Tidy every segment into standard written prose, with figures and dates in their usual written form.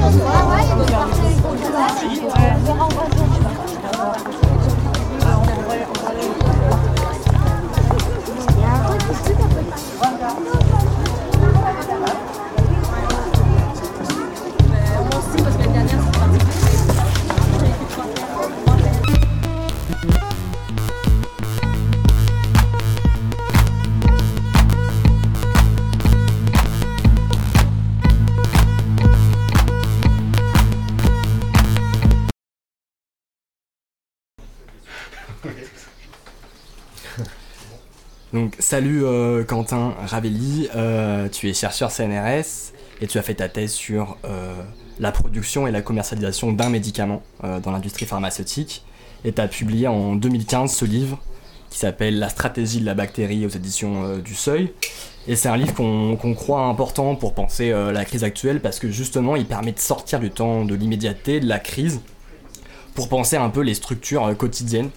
Donc salut Quentin Ravelli, tu es chercheur CNRS et tu as fait ta thèse sur la production et la commercialisation d'un médicament dans l'industrie pharmaceutique et tu as publié en 2015 ce livre qui s'appelle La stratégie de la bactérie aux éditions du Seuil, et c'est un livre qu'on croit important pour penser la crise actuelle parce que justement il permet de sortir du temps de l'immédiateté, de la crise, pour penser un peu les structures quotidiennes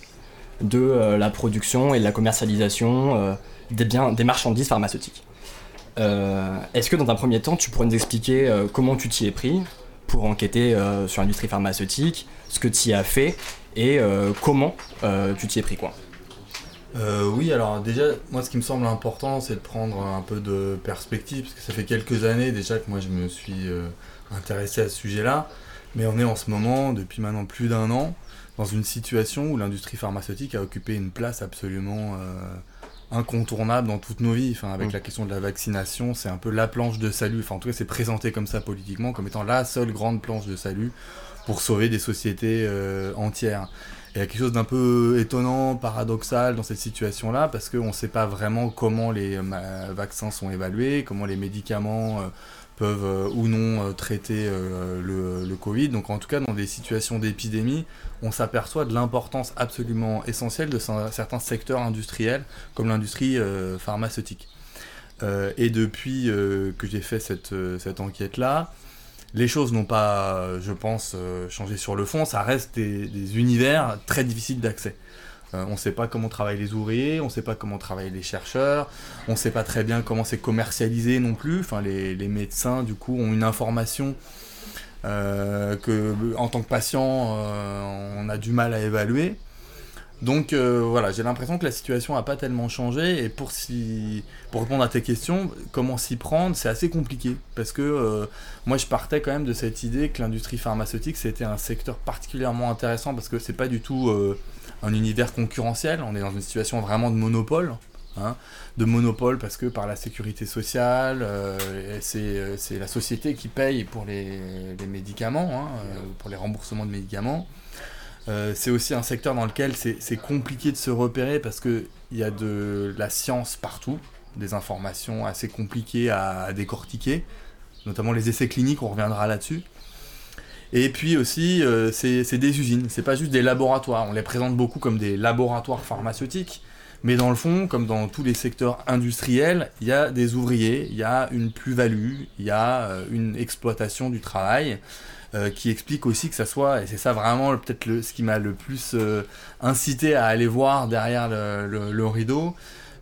de la production et de la commercialisation des marchandises pharmaceutiques. Est-ce que dans un premier temps, tu pourrais nous expliquer comment tu t'y es pris pour enquêter sur l'industrie pharmaceutique, ce que tu y as fait et comment tu t'y es pris, quoi? Oui, alors déjà, moi ce qui me semble important, c'est de prendre un peu de perspective, parce que ça fait quelques années déjà que moi je me suis intéressé à ce sujet-là, mais on est en ce moment, depuis maintenant plus d'1 an, dans une situation où l'industrie pharmaceutique a occupé une place absolument incontournable dans toutes nos vies. Enfin, avec la question de la vaccination, c'est un peu la planche de salut. Enfin, en tout cas, c'est présenté comme ça politiquement, comme étant la seule grande planche de salut pour sauver des sociétés entières. Et il y a quelque chose d'un peu étonnant, paradoxal dans cette situation-là, parce qu'on ne sait pas vraiment comment les vaccins sont évalués, comment les médicaments peuvent ou non traiter le Covid. Donc en tout cas, dans des situations d'épidémie, on s'aperçoit de l'importance absolument essentielle de certains secteurs industriels, comme l'industrie pharmaceutique. Et depuis que j'ai fait cette enquête-là, les choses n'ont pas, je pense, changé sur le fond. Ça reste des univers très difficiles d'accès. On ne sait pas comment travaillent les ouvriers, on ne sait pas comment travaillent les chercheurs, on ne sait pas très bien comment c'est commercialisé non plus. Enfin, les médecins, du coup, ont une information que, en tant que patient, on a du mal à évaluer. Donc voilà, j'ai l'impression que la situation n'a pas tellement changé, et pour répondre à tes questions, comment s'y prendre, c'est assez compliqué, parce que moi je partais quand même de cette idée que l'industrie pharmaceutique c'était un secteur particulièrement intéressant, parce que c'est pas du tout un univers concurrentiel, on est dans une situation vraiment de monopole, de monopole parce que par la sécurité sociale, c'est la société qui paye pour les médicaments, pour les remboursements de médicaments. C'est aussi un secteur dans lequel c'est compliqué de se repérer parce qu'il y a de la science partout, des informations assez compliquées à décortiquer, notamment les essais cliniques, on reviendra là-dessus. Et puis aussi, c'est des usines, c'est pas juste des laboratoires, on les présente beaucoup comme des laboratoires pharmaceutiques, mais dans le fond, comme dans tous les secteurs industriels, il y a des ouvriers, il y a une plus-value, il y a une exploitation du travail, qui explique aussi que ça soit, et c'est ça vraiment peut-être ce qui m'a le plus incité à aller voir derrière le rideau,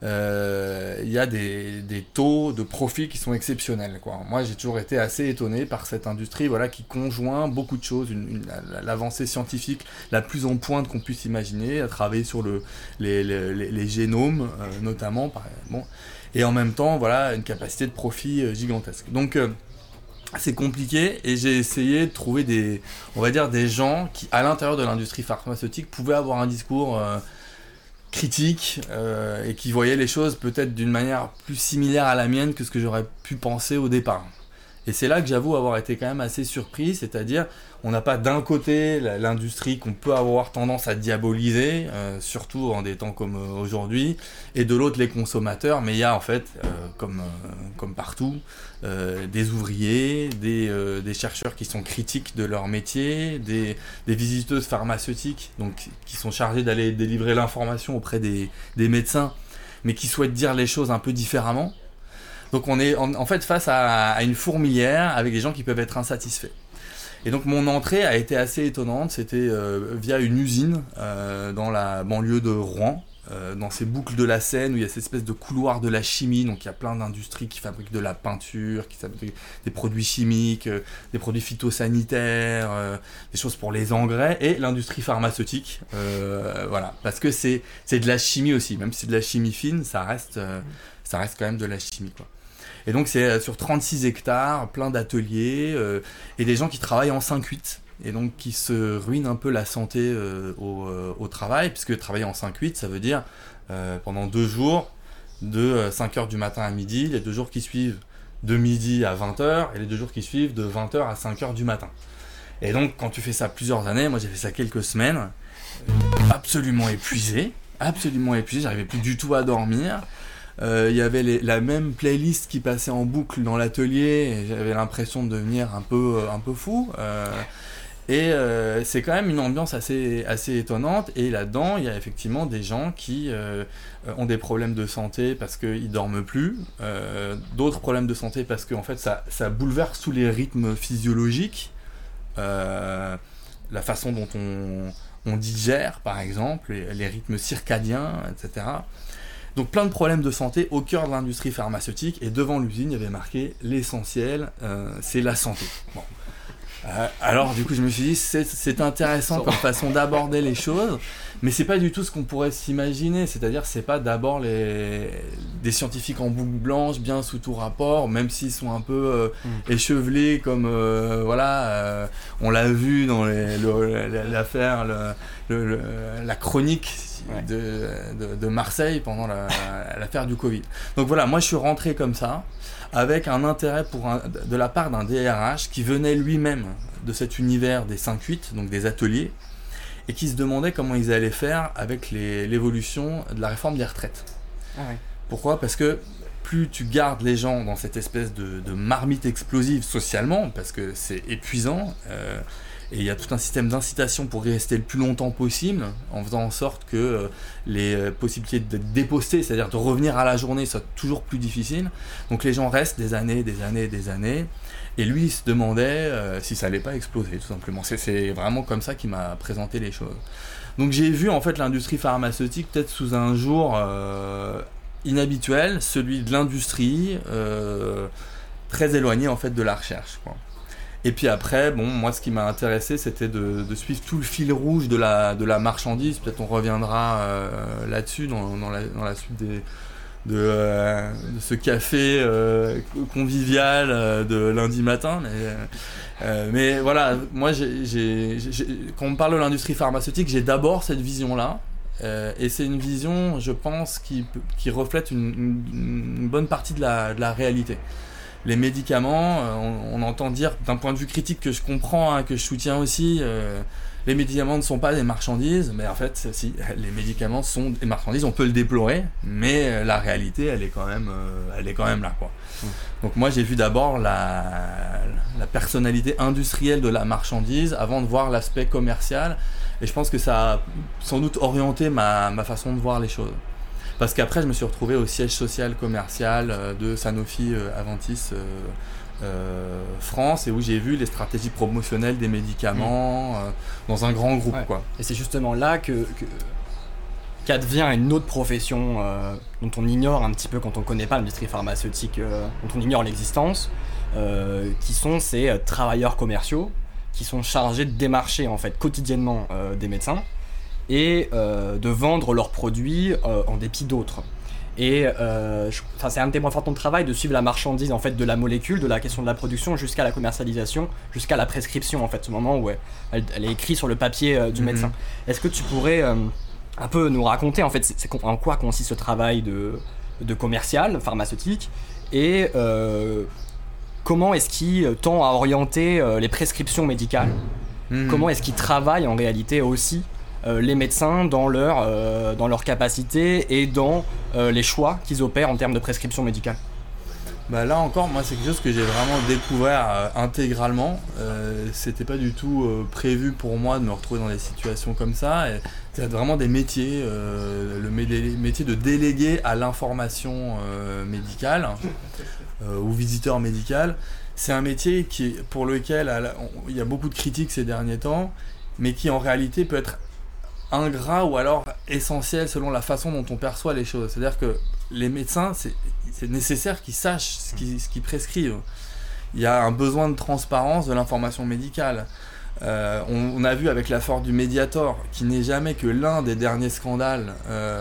il y a des taux de profit qui sont exceptionnels, quoi. Moi j'ai toujours été assez étonné par cette industrie, voilà, qui conjoint beaucoup de choses, l'avancée scientifique la plus en pointe qu'on puisse imaginer, à travailler sur les génomes notamment, et en même temps voilà, une capacité de profit gigantesque. Donc c'est compliqué, et j'ai essayé de trouver des gens qui, à l'intérieur de l'industrie pharmaceutique, pouvaient avoir un discours critique et qui voyaient les choses peut-être d'une manière plus similaire à la mienne que ce que j'aurais pu penser au départ. Et c'est là que j'avoue avoir été quand même assez surpris, c'est-à-dire on n'a pas d'un côté l'industrie qu'on peut avoir tendance à diaboliser, surtout en des temps comme aujourd'hui, et de l'autre les consommateurs, mais il y a en fait, comme partout, des ouvriers, des chercheurs qui sont critiques de leur métier, des visiteuses pharmaceutiques donc, qui sont chargées d'aller délivrer l'information auprès des médecins, mais qui souhaitent dire les choses un peu différemment. Donc on est en fait face à une fourmilière avec des gens qui peuvent être insatisfaits. Et donc mon entrée a été assez étonnante, c'était via une usine dans la banlieue de Rouen, dans ces boucles de la Seine où il y a cette espèce de couloir de la chimie, donc il y a plein d'industries qui fabriquent de la peinture, qui fabriquent des produits chimiques, des produits phytosanitaires, des choses pour les engrais, et l'industrie pharmaceutique, voilà, parce que c'est de la chimie aussi, même si c'est de la chimie fine, ça reste quand même de la chimie, quoi. Et donc c'est sur 36 hectares, plein d'ateliers, et des gens qui travaillent en 5-8. Et donc qui se ruinent un peu la santé au travail, puisque travailler en 5-8, ça veut dire pendant 2 jours, de 5h du matin à midi, les 2 jours qui suivent de midi à 20h, et les 2 jours qui suivent de 20h à 5h du matin. Et donc quand tu fais ça plusieurs années, moi j'ai fait ça quelques semaines, absolument épuisé, j'arrivais plus du tout à dormir. Il y avait la même playlist qui passait en boucle dans l'atelier, et j'avais l'impression de devenir un peu fou. Et c'est quand même une ambiance assez étonnante, et là-dedans il y a effectivement des gens qui ont des problèmes de santé parce qu'ils dorment plus, d'autres problèmes de santé parce que en fait ça bouleverse tous les rythmes physiologiques, la façon dont on digère par exemple, les rythmes circadiens, etc. Donc plein de problèmes de santé au cœur de l'industrie pharmaceutique, et devant l'usine il y avait marqué l'essentiel, c'est la santé. Bon. Alors du coup je me suis dit c'est intéressant comme façon d'aborder les choses, mais c'est pas du tout ce qu'on pourrait s'imaginer, c'est-à-dire c'est pas d'abord des scientifiques en boucle blanche bien sous tout rapport, même s'ils sont un peu échevelés comme on l'a vu dans l'affaire, la chronique de Marseille pendant l'affaire du Covid. Donc voilà, moi je suis rentré comme ça, avec un intérêt de la part d'un DRH qui venait lui-même de cet univers des 5-8, donc des ateliers, et qui se demandait comment ils allaient faire avec l'évolution de la réforme des retraites. Ah ouais. Pourquoi ? Parce que plus tu gardes les gens dans cette espèce de marmite explosive socialement, parce que c'est épuisant, et il y a tout un système d'incitation pour y rester le plus longtemps possible, en faisant en sorte que les possibilités de déposter, c'est-à-dire de revenir à la journée, soient toujours plus difficiles. Donc les gens restent des années, et lui il se demandait si ça allait pas exploser, tout simplement. C'est vraiment comme ça qu'il m'a présenté les choses. Donc j'ai vu en fait l'industrie pharmaceutique peut-être sous un jour inhabituel, celui de l'industrie, très éloigné en fait de la recherche, quoi. Et puis après, moi ce qui m'a intéressé c'était de suivre tout le fil rouge de la marchandise. Peut-être on reviendra là-dessus dans la suite de ce café convivial de lundi matin. Mais voilà, moi quand on me parle de l'industrie pharmaceutique, j'ai d'abord cette vision-là. Et c'est une vision, je pense, qui reflète une bonne partie de la réalité. Les médicaments, on entend dire d'un point de vue critique que je comprends, que je soutiens aussi, les médicaments ne sont pas des marchandises, mais en fait, si, les médicaments sont des marchandises, on peut le déplorer, mais la réalité, elle est quand même là, quoi. Donc moi, j'ai vu d'abord la personnalité industrielle de la marchandise avant de voir l'aspect commercial, et je pense que ça a sans doute orienté ma façon de voir les choses. Parce qu'après, je me suis retrouvé au siège social commercial de Sanofi Aventis France, et où j'ai vu les stratégies promotionnelles des médicaments dans un grand groupe, quoi. Et c'est justement là qu'advient une autre profession dont on ignore un petit peu quand on ne connaît pas l'industrie pharmaceutique, dont on ignore l'existence, qui sont ces travailleurs commerciaux qui sont chargés de démarcher en fait quotidiennement des médecins et de vendre leurs produits en dépit d'autres. Et c'est un des points forts de ton travail, de suivre la marchandise en fait, de la molécule, de la question de la production jusqu'à la commercialisation, jusqu'à la prescription, en fait, ce moment où elle est écrite sur le papier du médecin. Est-ce que tu pourrais un peu nous raconter en fait, en quoi consiste ce travail de commercial pharmaceutique, et comment est-ce qu'il tend à orienter les prescriptions médicales, comment est-ce qu'il travaille en réalité aussi les médecins dans leur capacité et dans les choix qu'ils opèrent en termes de prescription médicale. Bah là encore, moi c'est quelque chose que j'ai vraiment découvert intégralement. C'était pas du tout prévu pour moi de me retrouver dans des situations comme ça. Et c'est vraiment des métiers, le métier de délégué à l'information médicale ou visiteur médical. C'est un métier pour lequel il y a beaucoup de critiques ces derniers temps, mais qui en réalité peut être ingrat ou alors essentiel selon la façon dont on perçoit les choses. C'est-à-dire que les médecins, c'est nécessaire qu'ils sachent ce qu'ils prescrivent. Il y a un besoin de transparence de l'information médicale. On a vu avec l'affaire du Mediator, qui n'est jamais que l'un des derniers scandales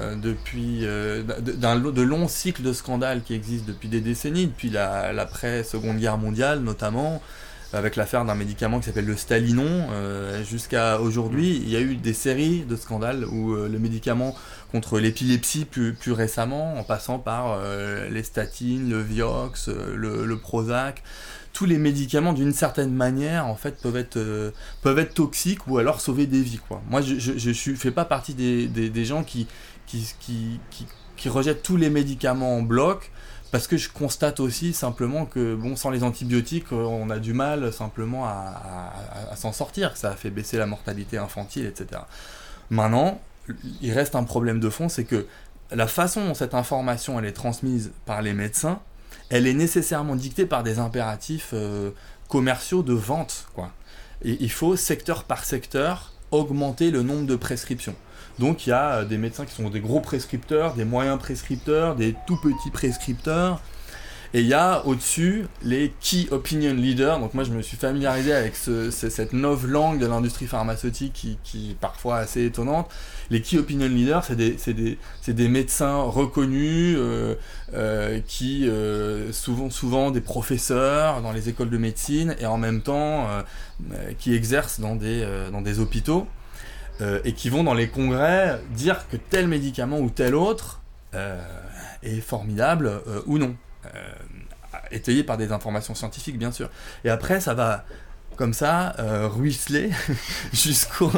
de longs cycles de scandales qui existent depuis des décennies, depuis l'après-Seconde Guerre mondiale notamment, avec l'affaire d'un médicament qui s'appelle le Stalinon, jusqu'à aujourd'hui, il y a eu des séries de scandales où le médicament contre l'épilepsie plus récemment, en passant par les statines, le Vioxx, le Prozac, tous les médicaments d'une certaine manière en fait peuvent être toxiques ou alors sauver des vies, quoi. Moi je fais pas partie des gens qui rejettent tous les médicaments en bloc, parce que je constate aussi simplement que bon, sans les antibiotiques on a du mal simplement à s'en sortir, que ça a fait baisser la mortalité infantile, etc. Maintenant, il reste un problème de fond, c'est que la façon dont cette information elle est transmise par les médecins, elle est nécessairement dictée par des impératifs commerciaux de vente, quoi. Et il faut, secteur par secteur, augmenter le nombre de prescriptions. Donc il y a des médecins qui sont des gros prescripteurs, des moyens prescripteurs, des tout petits prescripteurs. Et il y a au-dessus les Key Opinion Leaders. Donc moi je me suis familiarisé avec cette nouvelle langue de l'industrie pharmaceutique qui est parfois assez étonnante. Les Key Opinion Leaders, c'est des médecins reconnus qui souvent des professeurs dans les écoles de médecine et en même temps qui exercent dans des hôpitaux et qui vont dans les congrès dire que tel médicament ou tel autre est formidable ou non. Étayé par des informations scientifiques, bien sûr. Et après, ça va comme ça ruisseler jusqu'au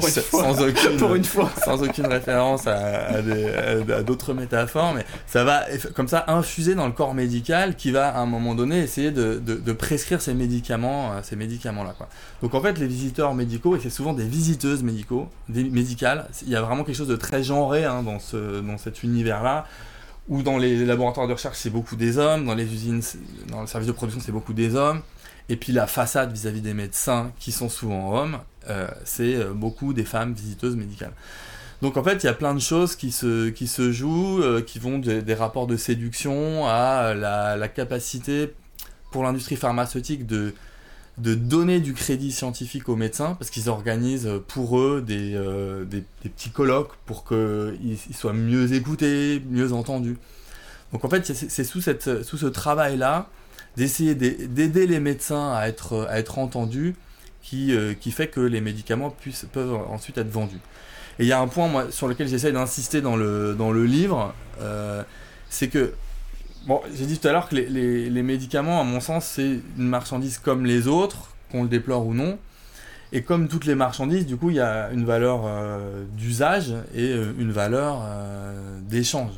sans aucune référence à d'autres métaphores, mais ça va comme ça infuser dans le corps médical qui va à un moment donné essayer de prescrire ces médicaments là, quoi. Donc en fait les visiteurs médicaux, et c'est souvent des visiteuses médicales, il y a vraiment quelque chose de très genré dans cet univers là, où dans les laboratoires de recherche c'est beaucoup des hommes, dans les usines, dans le service de production c'est beaucoup des hommes. Et puis la façade vis-à-vis des médecins, qui sont souvent hommes, c'est beaucoup des femmes visiteuses médicales. Donc en fait, il y a plein de choses qui se jouent, qui vont des rapports de séduction à la capacité pour l'industrie pharmaceutique de donner du crédit scientifique aux médecins, parce qu'ils organisent pour eux des petits colloques pour qu'ils soient mieux écoutés, mieux entendus. Donc en fait, c'est sous ce travail-là, d'essayer d'aider les médecins à être entendus, qui fait que les médicaments peuvent ensuite être vendus. Et il y a un point moi, sur lequel j'essaie d'insister dans le livre, c'est que, bon, j'ai dit tout à l'heure que les médicaments, à mon sens, c'est une marchandise comme les autres, qu'on le déplore ou non. Et comme toutes les marchandises, du coup, il y a une valeur d'usage et une valeur d'échange.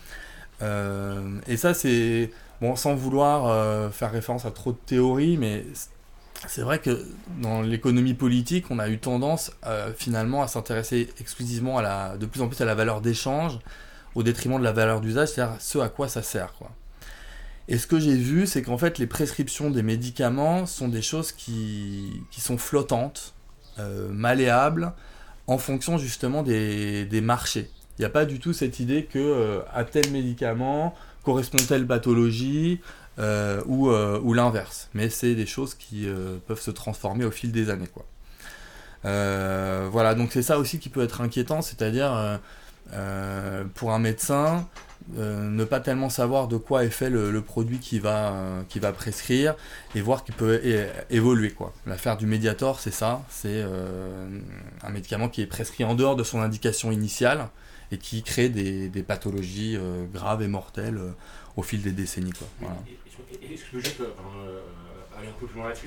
Et ça, c'est... Bon, sans vouloir faire référence à trop de théories, mais c'est vrai que dans l'économie politique, on a eu tendance finalement à s'intéresser exclusivement de plus en plus à la valeur d'échange, au détriment de la valeur d'usage, c'est-à-dire ce à quoi ça sert, quoi. Et ce que j'ai vu, c'est qu'en fait, les prescriptions des médicaments sont des choses qui sont flottantes, malléables, en fonction justement des marchés. Il n'y a pas du tout cette idée que à tel médicament correspond telle pathologie ou l'inverse. Mais c'est des choses qui peuvent se transformer au fil des années, quoi. Voilà, donc c'est ça aussi qui peut être inquiétant, c'est-à-dire pour un médecin, ne pas tellement savoir de quoi est fait le produit qu'il va prescrire et voir qu'il peut évoluer, quoi. L'affaire du Mediator, c'est ça, c'est un médicament qui est prescrit en dehors de son indication initiale et qui crée des pathologies graves et mortelles au fil des décennies, quoi. Voilà. Est-ce que je peux juste aller un peu plus loin là-dessus?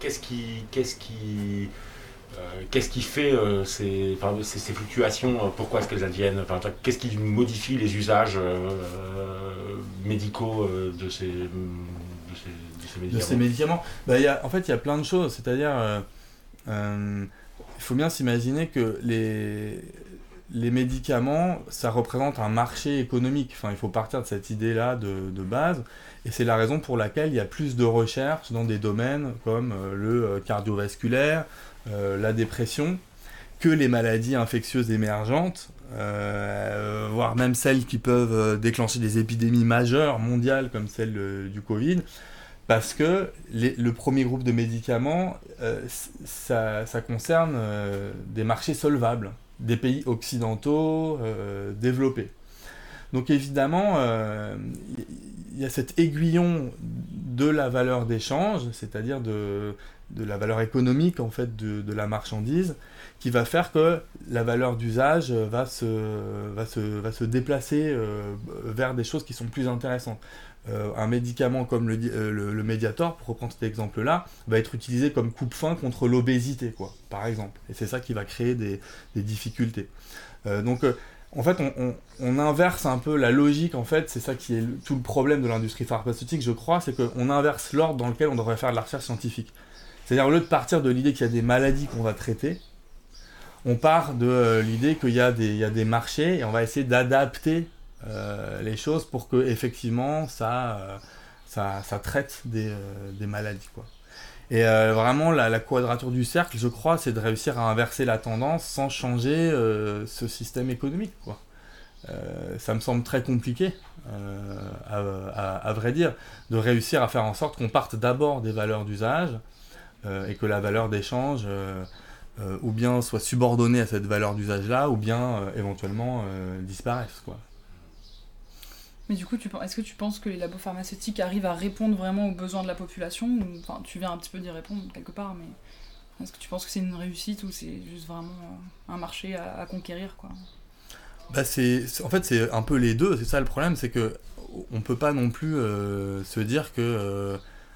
Qu'est-ce qui fait ces fluctuations? Pourquoi est-ce qu'elles adviennent? Qu'est-ce qui modifie les usages médicaux de ces médicaments? De ces médicaments, en fait, il y a plein de choses. C'est-à-dire, il faut bien s'imaginer que les médicaments, ça représente un marché économique. Enfin, il faut partir de cette idée-là de base. Et c'est la raison pour laquelle il y a plus de recherches dans des domaines comme le cardiovasculaire, la dépression, que les maladies infectieuses émergentes, voire même celles qui peuvent déclencher des épidémies majeures mondiales comme celle du Covid, parce que le premier groupe de médicaments, ça concerne des marchés solvables, des pays occidentaux développés. Donc évidemment, il y a cet aiguillon de la valeur d'échange, c'est-à-dire de la valeur économique en fait de la marchandise, qui va faire que la valeur d'usage va se déplacer vers des choses qui sont plus intéressantes. Un médicament comme le Mediator, pour reprendre cet exemple-là, va être utilisé comme coupe-faim contre l'obésité, quoi, par exemple. Et c'est ça qui va créer des difficultés. En fait, on inverse un peu la logique, en fait, c'est ça qui est tout le problème de l'industrie pharmaceutique, je crois, c'est qu'on inverse l'ordre dans lequel on devrait faire de la recherche scientifique. C'est-à-dire, au lieu de partir de l'idée qu'il y a des maladies qu'on va traiter, on part de l'idée qu'il y a des marchés et on va essayer d'adapter les choses pour que effectivement ça traite des maladies, quoi. Et vraiment la quadrature du cercle, je crois, c'est de réussir à inverser la tendance sans changer ce système économique, quoi. Ça me semble très compliqué, à vrai dire, de réussir à faire en sorte qu'on parte d'abord des valeurs d'usage et que la valeur d'échange ou bien soit subordonnée à cette valeur d'usage-là, ou bien éventuellement disparaisse, quoi. Mais du coup, est-ce que tu penses que les labos pharmaceutiques arrivent à répondre vraiment aux besoins de la population ? Enfin, tu viens un petit peu d'y répondre quelque part, mais est-ce que tu penses que c'est une réussite ou c'est juste vraiment un marché à conquérir, quoi ? En fait, c'est un peu les deux. C'est ça le problème, c'est que on peut pas non plus se dire que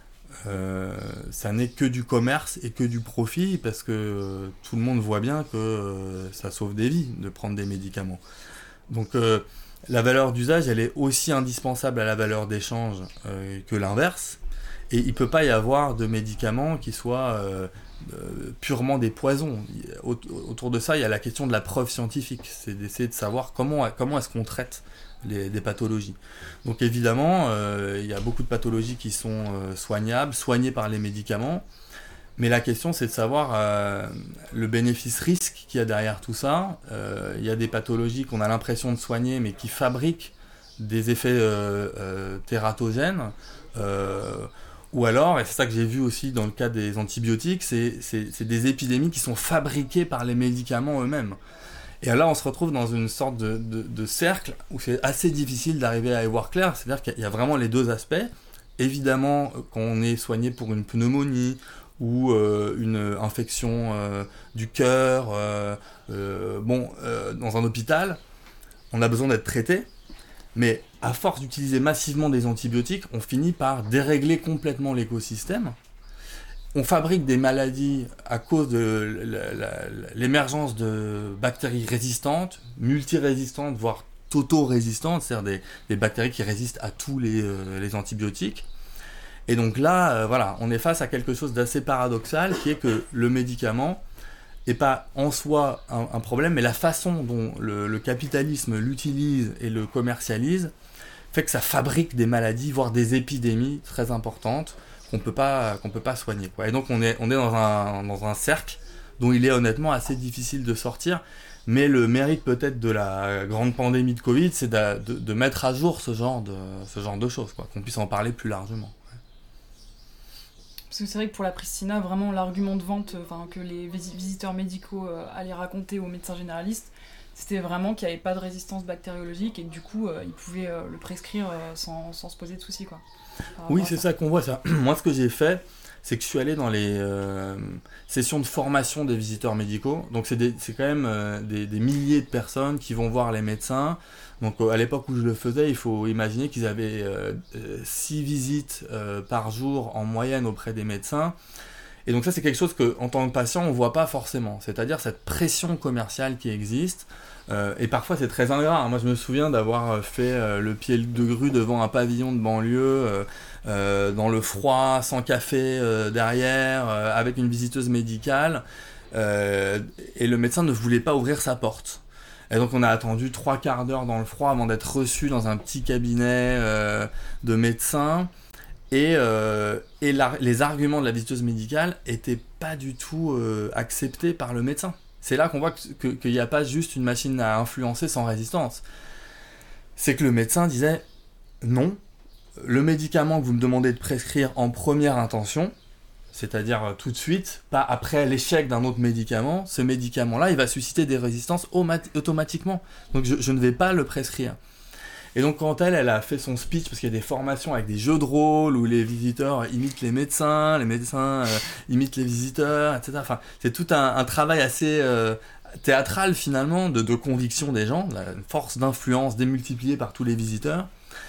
ça n'est que du commerce et que du profit, parce que tout le monde voit bien que ça sauve des vies de prendre des médicaments. Donc la valeur d'usage, elle est aussi indispensable à la valeur d'échange que l'inverse. Et il ne peut pas y avoir de médicaments qui soient purement des poisons. Autour de ça, il y a la question de la preuve scientifique. C'est d'essayer de savoir comment est-ce qu'on traite des pathologies. Donc évidemment, il y a beaucoup de pathologies qui sont soignables, soignées par les médicaments. Mais la question, c'est de savoir le bénéfice-risque qu'il y a derrière tout ça. Il y a des pathologies qu'on a l'impression de soigner, mais qui fabriquent des effets tératogènes. Ou alors, et c'est ça que j'ai vu aussi dans le cas des antibiotiques, c'est des épidémies qui sont fabriquées par les médicaments eux-mêmes. Et là, on se retrouve dans une sorte de cercle où c'est assez difficile d'arriver à y voir clair. C'est-à-dire qu'il y a vraiment les deux aspects. Évidemment, quand on est soigné pour une pneumonie, ou une infection du cœur, dans un hôpital, on a besoin d'être traité, mais à force d'utiliser massivement des antibiotiques, on finit par dérégler complètement l'écosystème. On fabrique des maladies à cause de l'émergence de bactéries résistantes, multirésistantes, voire toto-résistantes, c'est-à-dire des bactéries qui résistent à tous les antibiotiques. Et donc là, on est face à quelque chose d'assez paradoxal, qui est que le médicament n'est pas en soi un problème, mais la façon dont le capitalisme l'utilise et le commercialise fait que ça fabrique des maladies, voire des épidémies très importantes qu'on peut pas soigner, quoi. Et donc on est dans un cercle dont il est honnêtement assez difficile de sortir. Mais le mérite peut-être de la grande pandémie de Covid, c'est de mettre à jour ce genre de choses, quoi, qu'on puisse en parler plus largement. Parce que c'est vrai que pour la Pristina, vraiment l'argument de vente que les visiteurs médicaux allaient raconter aux médecins généralistes, c'était vraiment qu'il n'y avait pas de résistance bactériologique et que du coup, ils pouvaient le prescrire sans se poser de soucis, quoi. Oui, c'est ça qu'on voit, ça. Moi, ce que j'ai fait, c'est que je suis allé dans les sessions de formation des visiteurs médicaux. Donc c'est quand même des milliers de personnes qui vont voir les médecins. Donc à l'époque où je le faisais, il faut imaginer qu'ils avaient 6 visites par jour en moyenne auprès des médecins. Et donc ça, c'est quelque chose qu'en tant que patient, on ne voit pas forcément. C'est-à-dire cette pression commerciale qui existe. Et parfois, c'est très ingrat. Moi, je me souviens d'avoir fait le pied de grue devant un pavillon de banlieue, dans le froid, sans café derrière, avec une visiteuse médicale. Et le médecin ne voulait pas ouvrir sa porte. Et donc on a attendu 3/4 d'heure dans le froid avant d'être reçu dans un petit cabinet de médecin. Et les arguments de la visiteuse médicale étaient pas du tout acceptés par le médecin. c'est là qu'on voit qu'il n'y a pas juste une machine à influencer sans résistance. C'est que le médecin disait non, le médicament que vous me demandez de prescrire en première intention, c'est-à-dire tout de suite, pas après l'échec d'un autre médicament, ce médicament-là, il va susciter des résistances automatiquement. Donc je ne vais pas le prescrire. Et donc quand elle a fait son speech, parce qu'il y a des formations avec des jeux de rôle où les visiteurs imitent les médecins imitent les visiteurs, etc. Enfin, c'est tout un travail assez théâtral finalement, de conviction des gens, la force d'influence démultipliée par tous les visiteurs.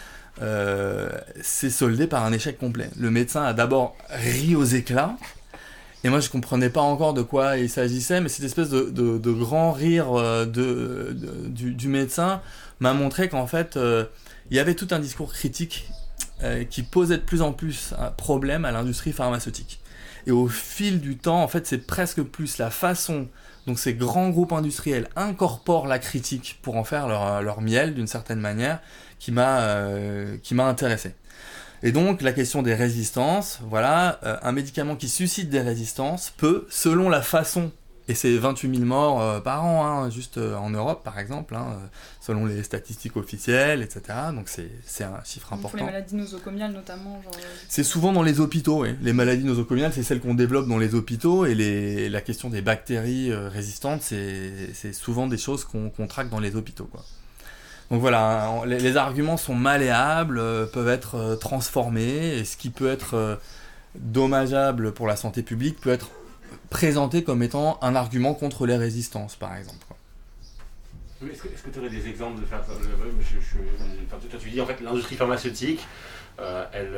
C'est soldé par un échec complet. Le médecin a d'abord ri aux éclats, et moi je comprenais pas encore de quoi il s'agissait, mais cette espèce de grand rire du médecin m'a montré qu'en fait il y avait tout un discours critique qui posait de plus en plus un problème à l'industrie pharmaceutique. Et au fil du temps, en fait, c'est presque plus la façon dont ces grands groupes industriels incorporent la critique pour en faire leur miel d'une certaine manière qui m'a intéressé. Et donc la question des résistances, voilà, un médicament qui suscite des résistances peut, selon la façon, et c'est 28 000 morts par an, hein, juste en Europe par exemple, hein, selon les statistiques officielles, etc. Donc c'est un chiffre important. Pour les maladies nosocomiales notamment. C'est souvent dans les hôpitaux, oui. Les maladies nosocomiales, c'est celles qu'on développe dans les hôpitaux, et la question des bactéries résistantes, c'est souvent des choses qu'on traque dans les hôpitaux, quoi. Donc voilà, les arguments sont malléables, peuvent être transformés, et ce qui peut être dommageable pour la santé publique peut être présenté comme étant un argument contre les résistances, par exemple. Est-ce que tu aurais des exemples de faire ça? Toi, tu dis en fait l'industrie pharmaceutique, elle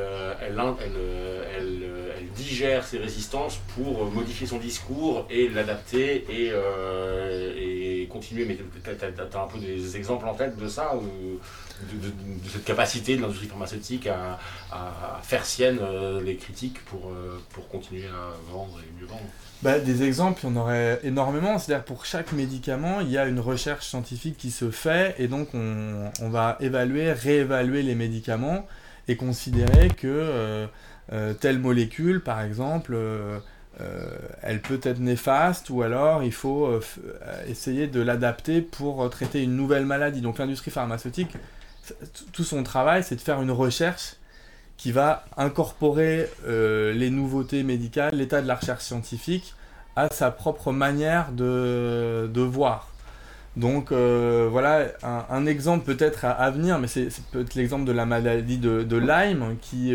digère ses résistances pour modifier son discours et l'adapter et continuer. Mais tu as un peu des exemples en tête de ça, de cette capacité de l'industrie pharmaceutique à faire sienne les critiques pour continuer à vendre et mieux vendre? Des exemples, il y en aurait énormément. C'est-à-dire pour chaque médicament, il y a une recherche scientifique qui se fait, et donc on va réévaluer les médicaments et considérer que telle molécule, par exemple, elle peut être néfaste, ou alors il faut essayer de l'adapter pour traiter une nouvelle maladie. Donc l'industrie pharmaceutique, tout son travail, c'est de faire une recherche qui va incorporer les nouveautés médicales, l'état de la recherche scientifique, à sa propre manière de voir. Donc voilà, un exemple peut-être à venir, mais c'est peut-être l'exemple de la maladie de Lyme, qui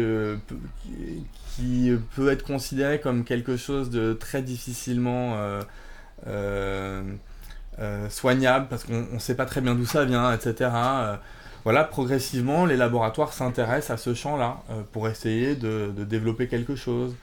peut être considéré comme quelque chose de très difficilement soignable, parce qu'on ne sait pas très bien d'où ça vient, etc. Voilà, progressivement, les laboratoires s'intéressent à ce champ-là pour essayer de développer quelque chose.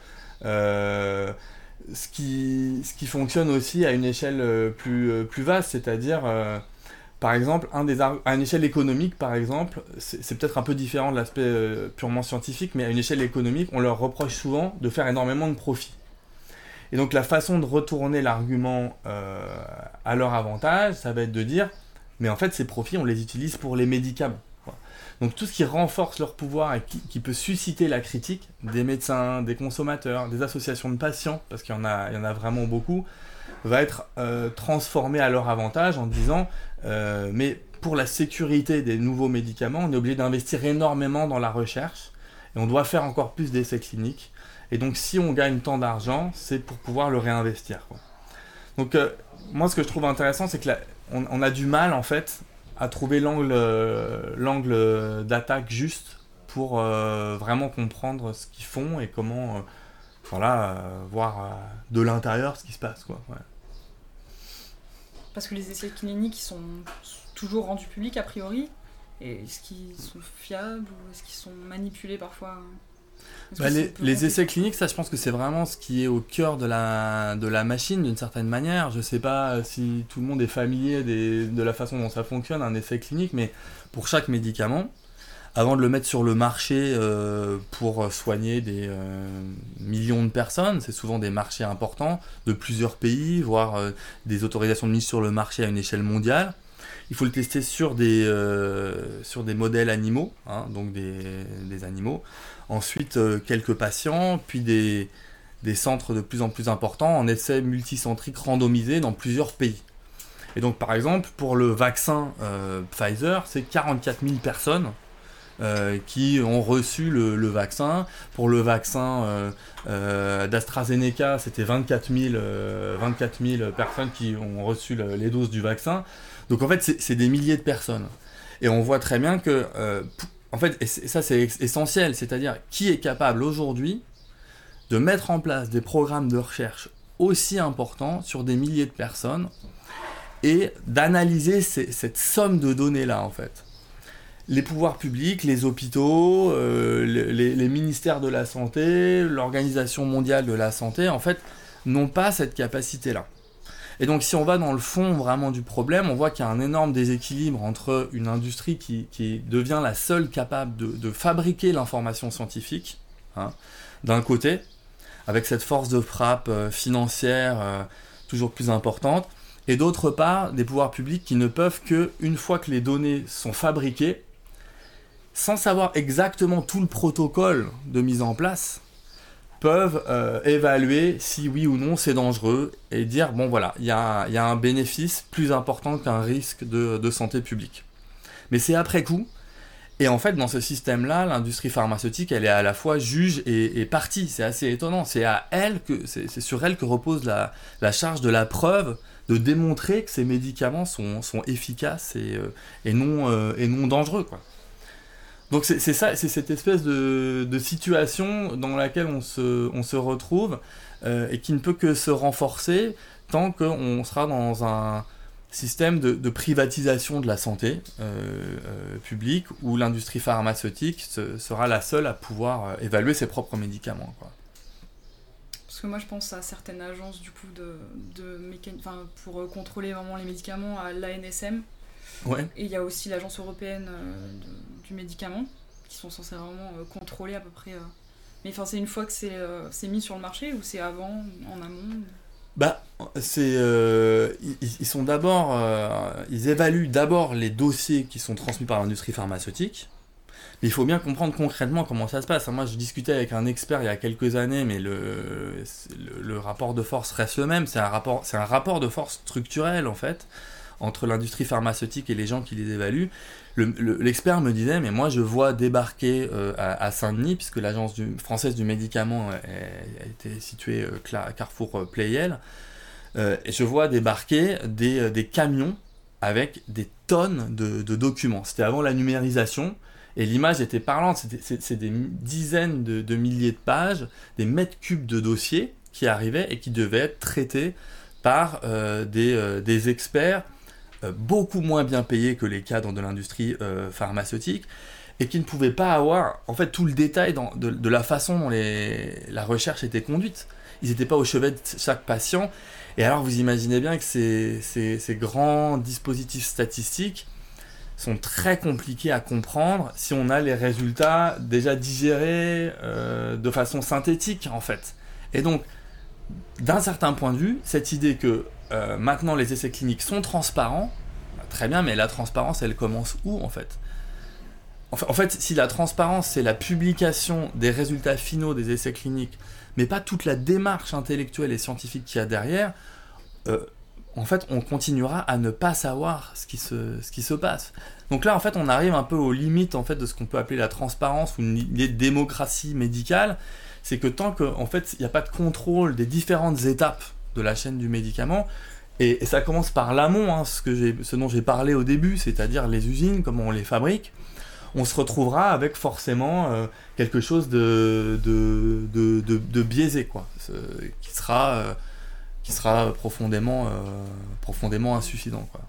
Ce qui fonctionne aussi à une échelle plus vaste, c'est-à-dire, par exemple, à une échelle économique, par exemple, c'est peut-être un peu différent de l'aspect purement scientifique, mais à une échelle économique, on leur reproche souvent de faire énormément de profit. Et donc la façon de retourner l'argument à leur avantage, ça va être de dire, mais en fait ces profits, on les utilise pour les médicaments. Donc tout ce qui renforce leur pouvoir et qui peut susciter la critique des médecins, des consommateurs, des associations de patients, parce qu'il y en a vraiment beaucoup, va être transformé à leur avantage en disant mais pour la sécurité des nouveaux médicaments, on est obligé d'investir énormément dans la recherche, et on doit faire encore plus d'essais cliniques, et donc si on gagne tant d'argent, c'est pour pouvoir le réinvestir, quoi. Donc moi ce que je trouve intéressant, c'est que on a du mal en fait à trouver l'angle d'attaque juste pour vraiment comprendre ce qu'ils font et comment voir de l'intérieur ce qui se passe, quoi. Ouais. Parce que les essais cliniques sont toujours rendus publics a priori, et est-ce qu'ils sont fiables ou est-ce qu'ils sont manipulés parfois? Les essais cliniques, ça je pense que c'est vraiment ce qui est au cœur de la machine d'une certaine manière. Je ne sais pas si tout le monde est familier de la façon dont ça fonctionne, un essai clinique, mais pour chaque médicament, avant de le mettre sur le marché pour soigner des millions de personnes, c'est souvent des marchés importants de plusieurs pays, voire des autorisations de mise sur le marché à une échelle mondiale. Il faut le tester sur des modèles animaux, hein, donc des animaux. Ensuite, quelques patients, puis des des centres de plus en plus importants en essais multicentriques randomisés dans plusieurs pays. Et donc par exemple, pour le vaccin Pfizer, c'est 44 000 personnes qui ont reçu le vaccin. Pour le vaccin d'AstraZeneca, c'était 24 000 personnes qui ont reçu les doses du vaccin. Donc en fait, c'est des milliers de personnes. Et on voit très bien que, en fait, et ça c'est essentiel, c'est-à-dire qui est capable aujourd'hui de mettre en place des programmes de recherche aussi importants sur des milliers de personnes et d'analyser cette somme de données-là, en fait. Les pouvoirs publics, les hôpitaux, les ministères de la Santé, l'Organisation mondiale de la santé, en fait, n'ont pas cette capacité-là. Et donc, si on va dans le fond vraiment du problème, on voit qu'il y a un énorme déséquilibre entre une industrie qui devient la seule capable de fabriquer l'information scientifique, hein, d'un côté, avec cette force de frappe financière toujours plus importante, et d'autre part, des pouvoirs publics qui ne peuvent que, une fois que les données sont fabriquées, sans savoir exactement tout le protocole de mise en place, peuvent évaluer si oui ou non c'est dangereux et dire, bon voilà, il y a un bénéfice plus important qu'un risque de santé publique. Mais c'est après coup, et en fait dans ce système-là, l'industrie pharmaceutique, elle est à la fois juge et partie, c'est assez étonnant, c'est sur elle que repose la charge de la preuve, de démontrer que ces médicaments sont efficaces et non dangereux, quoi. Donc c'est cette espèce de situation dans laquelle on se retrouve et qui ne peut que se renforcer tant qu'on sera dans un système de privatisation de la santé publique où l'industrie pharmaceutique sera la seule à pouvoir évaluer ses propres médicaments, quoi. Parce que moi je pense à certaines agences du coup pour contrôler vraiment les médicaments, à l'ANSM. Ouais. Et il y a aussi l'agence européenne du médicament qui sont censés vraiment contrôler à peu près. Mais enfin c'est une fois que c'est mis sur le marché ou c'est avant, en amont? Bah, ils sont d'abord, ils évaluent d'abord les dossiers qui sont transmis par l'industrie pharmaceutique. Mais il faut bien comprendre concrètement comment ça se passe. Moi, je discutais avec un expert il y a quelques années, mais le rapport de force reste le même. C'est un rapport de force structurel, en fait, entre l'industrie pharmaceutique et les gens qui les évaluent. L'expert me disait, mais moi, je vois débarquer à Saint-Denis, puisque l'agence française du médicament a été située Carrefour Pleyel, et je vois débarquer des camions avec des tonnes de documents. C'était avant la numérisation. Et l'image était parlante, c'est des dizaines de milliers de pages, des mètres cubes de dossiers qui arrivaient et qui devaient être traités par des experts beaucoup moins bien payés que les cadres de l'industrie pharmaceutique et qui ne pouvaient pas avoir en fait tout le détail de la façon dont la recherche était conduite. Ils n'étaient pas au chevet de chaque patient. Et alors vous imaginez bien que ces grands dispositifs statistiques sont très compliqués à comprendre si on a les résultats déjà digérés de façon synthétique, en fait. Et donc, d'un certain point de vue, cette idée que maintenant les essais cliniques sont transparents, très bien, mais la transparence, elle commence où, en fait ? En fait, si la transparence, c'est la publication des résultats finaux des essais cliniques, mais pas toute la démarche intellectuelle et scientifique qu'il y a derrière, en fait, on continuera à ne pas savoir ce qui se passe. Donc là, en fait, on arrive un peu aux limites en fait, de ce qu'on peut appeler la transparence ou une idée de démocratie médicale. C'est que tant qu'en fait, il n'y a pas de contrôle des différentes étapes de la chaîne du médicament, et ça commence par l'amont, hein, ce dont j'ai parlé au début, c'est-à-dire les usines, comment on les fabrique, on se retrouvera avec forcément quelque chose de biaisé, quoi, qui sera profondément insuffisant, quoi.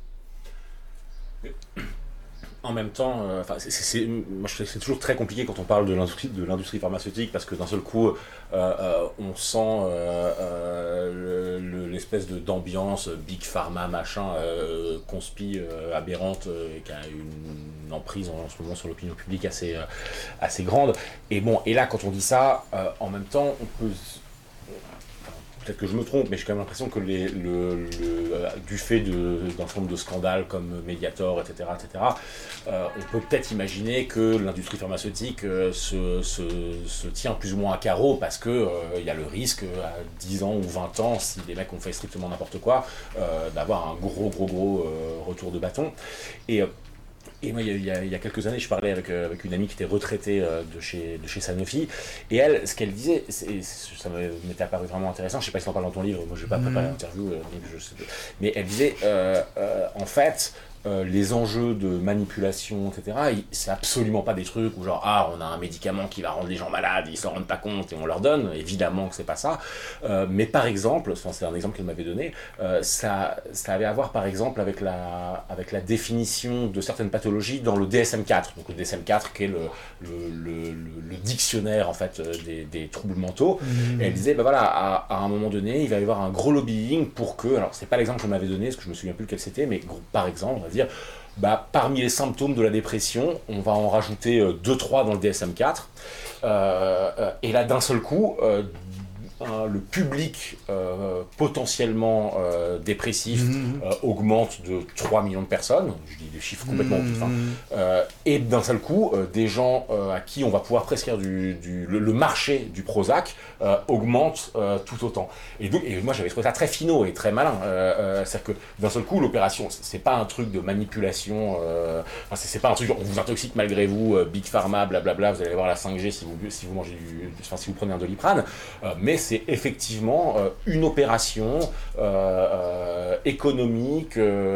Ouais. En même temps, moi je trouve que c'est toujours très compliqué quand on parle de l'industrie pharmaceutique parce que d'un seul coup, on sent l'espèce d'ambiance big pharma machin conspi aberrante qui a une emprise en ce moment sur l'opinion publique assez grande. Et bon, et là quand on dit ça, en même temps, on peut peut-être que je me trompe, mais j'ai quand même l'impression que du fait d'un certain nombre de scandales comme Mediator, etc., on peut peut-être imaginer que l'industrie pharmaceutique se tient plus ou moins à carreau parce que il y a le risque à 10 ans ou 20 ans, si les mecs ont fait strictement n'importe quoi, d'avoir un gros retour de bâton. Et moi, il y a quelques années, je parlais avec une amie qui était retraitée de chez Sanofi, et elle, ce qu'elle disait, ça m'était apparu vraiment intéressant, je ne sais pas si t'en parles dans ton livre, moi je ne vais pas préparer l'interview, donc je sais pas. Mais elle disait, en fait, les enjeux de manipulation, etc., c'est absolument pas des trucs où genre, on a un médicament qui va rendre les gens malades, ils s'en rendent pas compte et on leur donne, évidemment que c'est pas ça, mais par exemple, c'est un exemple qu'elle m'avait donné, ça avait à voir par exemple avec la définition de certaines pathologies dans le DSM-4, donc le DSM-4 qui est le dictionnaire en fait des troubles mentaux, et elle disait, à un moment donné, il va y avoir un gros lobbying pour que, alors c'est pas l'exemple qu'elle m'avait donné, parce que je me souviens plus lequel c'était, mais par exemple, dire, parmi les symptômes de la dépression, on va en rajouter 2-3 dans le DSM-4, et là d'un seul coup, le public potentiellement dépressif augmente de 3 millions de personnes, je dis des chiffres complètement et d'un seul coup, des gens à qui on va pouvoir prescrire le marché du Prozac augmente tout autant. Et moi j'avais trouvé ça très finot et très malin, c'est-à-dire que d'un seul coup l'opération, c'est pas un truc de manipulation, c'est pas un truc genre on vous intoxique malgré vous, Big Pharma, blablabla, vous allez avoir la 5G si vous mangez si vous prenez un Doliprane, mais c'est effectivement une opération économique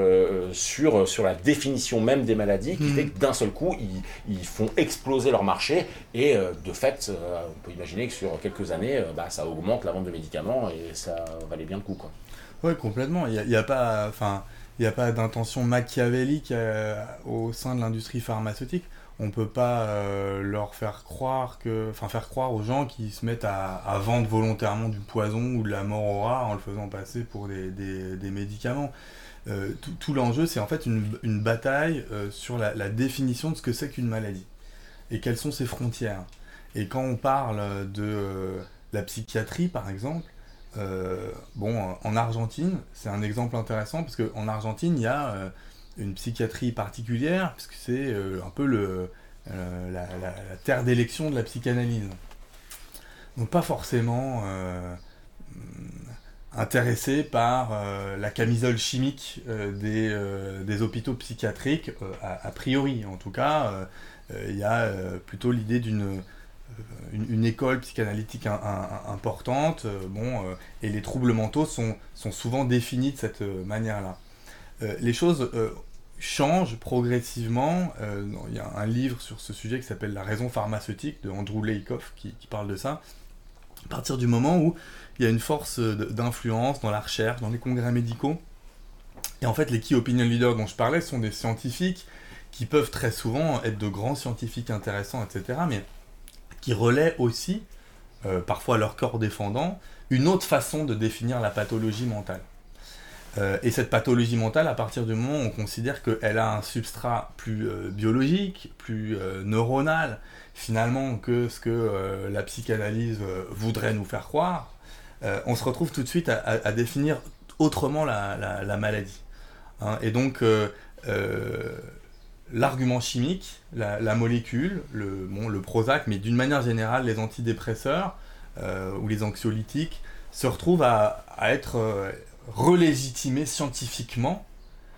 sur la définition même des maladies qui fait que d'un seul coup ils font exploser leur marché et de fait on peut imaginer que sur quelques années ça augmente la vente de médicaments et ça valait bien le coup, quoi. Ouais, complètement. Il y a pas d'intention machiavélique au sein de l'industrie pharmaceutique. On peut pas leur faire croire aux gens qui se mettent à vendre volontairement du poison ou de la mort au rat en le faisant passer pour des médicaments. Tout l'enjeu, c'est en fait une bataille sur la définition de ce que c'est qu'une maladie et quelles sont ses frontières. Et quand on parle de la psychiatrie, par exemple, en Argentine, c'est un exemple intéressant parce qu'en Argentine, il y a une psychiatrie particulière, parce que c'est un peu la terre d'élection de la psychanalyse. Donc pas forcément intéressé par la camisole chimique des hôpitaux psychiatriques, a priori. En tout cas, il y a plutôt l'idée d'une école psychanalytique importante, et les troubles mentaux sont souvent définis de cette manière-là. Les choses changent progressivement. Il y a un livre sur ce sujet qui s'appelle « La raison pharmaceutique » de Andrew Lakoff qui parle de ça. À partir du moment où il y a une force d'influence dans la recherche, dans les congrès médicaux, et en fait les key opinion leaders dont je parlais sont des scientifiques qui peuvent très souvent être de grands scientifiques intéressants, etc., mais qui relaient aussi, parfois leur corps défendant, une autre façon de définir la pathologie mentale. Et cette pathologie mentale, à partir du moment où on considère qu'elle a un substrat plus biologique, plus neuronal, finalement, que ce que la psychanalyse voudrait nous faire croire, on se retrouve tout de suite à définir autrement la maladie. Hein, et donc, l'argument chimique, la molécule, le Prozac, mais d'une manière générale, les antidépresseurs ou les anxiolytiques, se retrouvent à être relégitimés scientifiquement,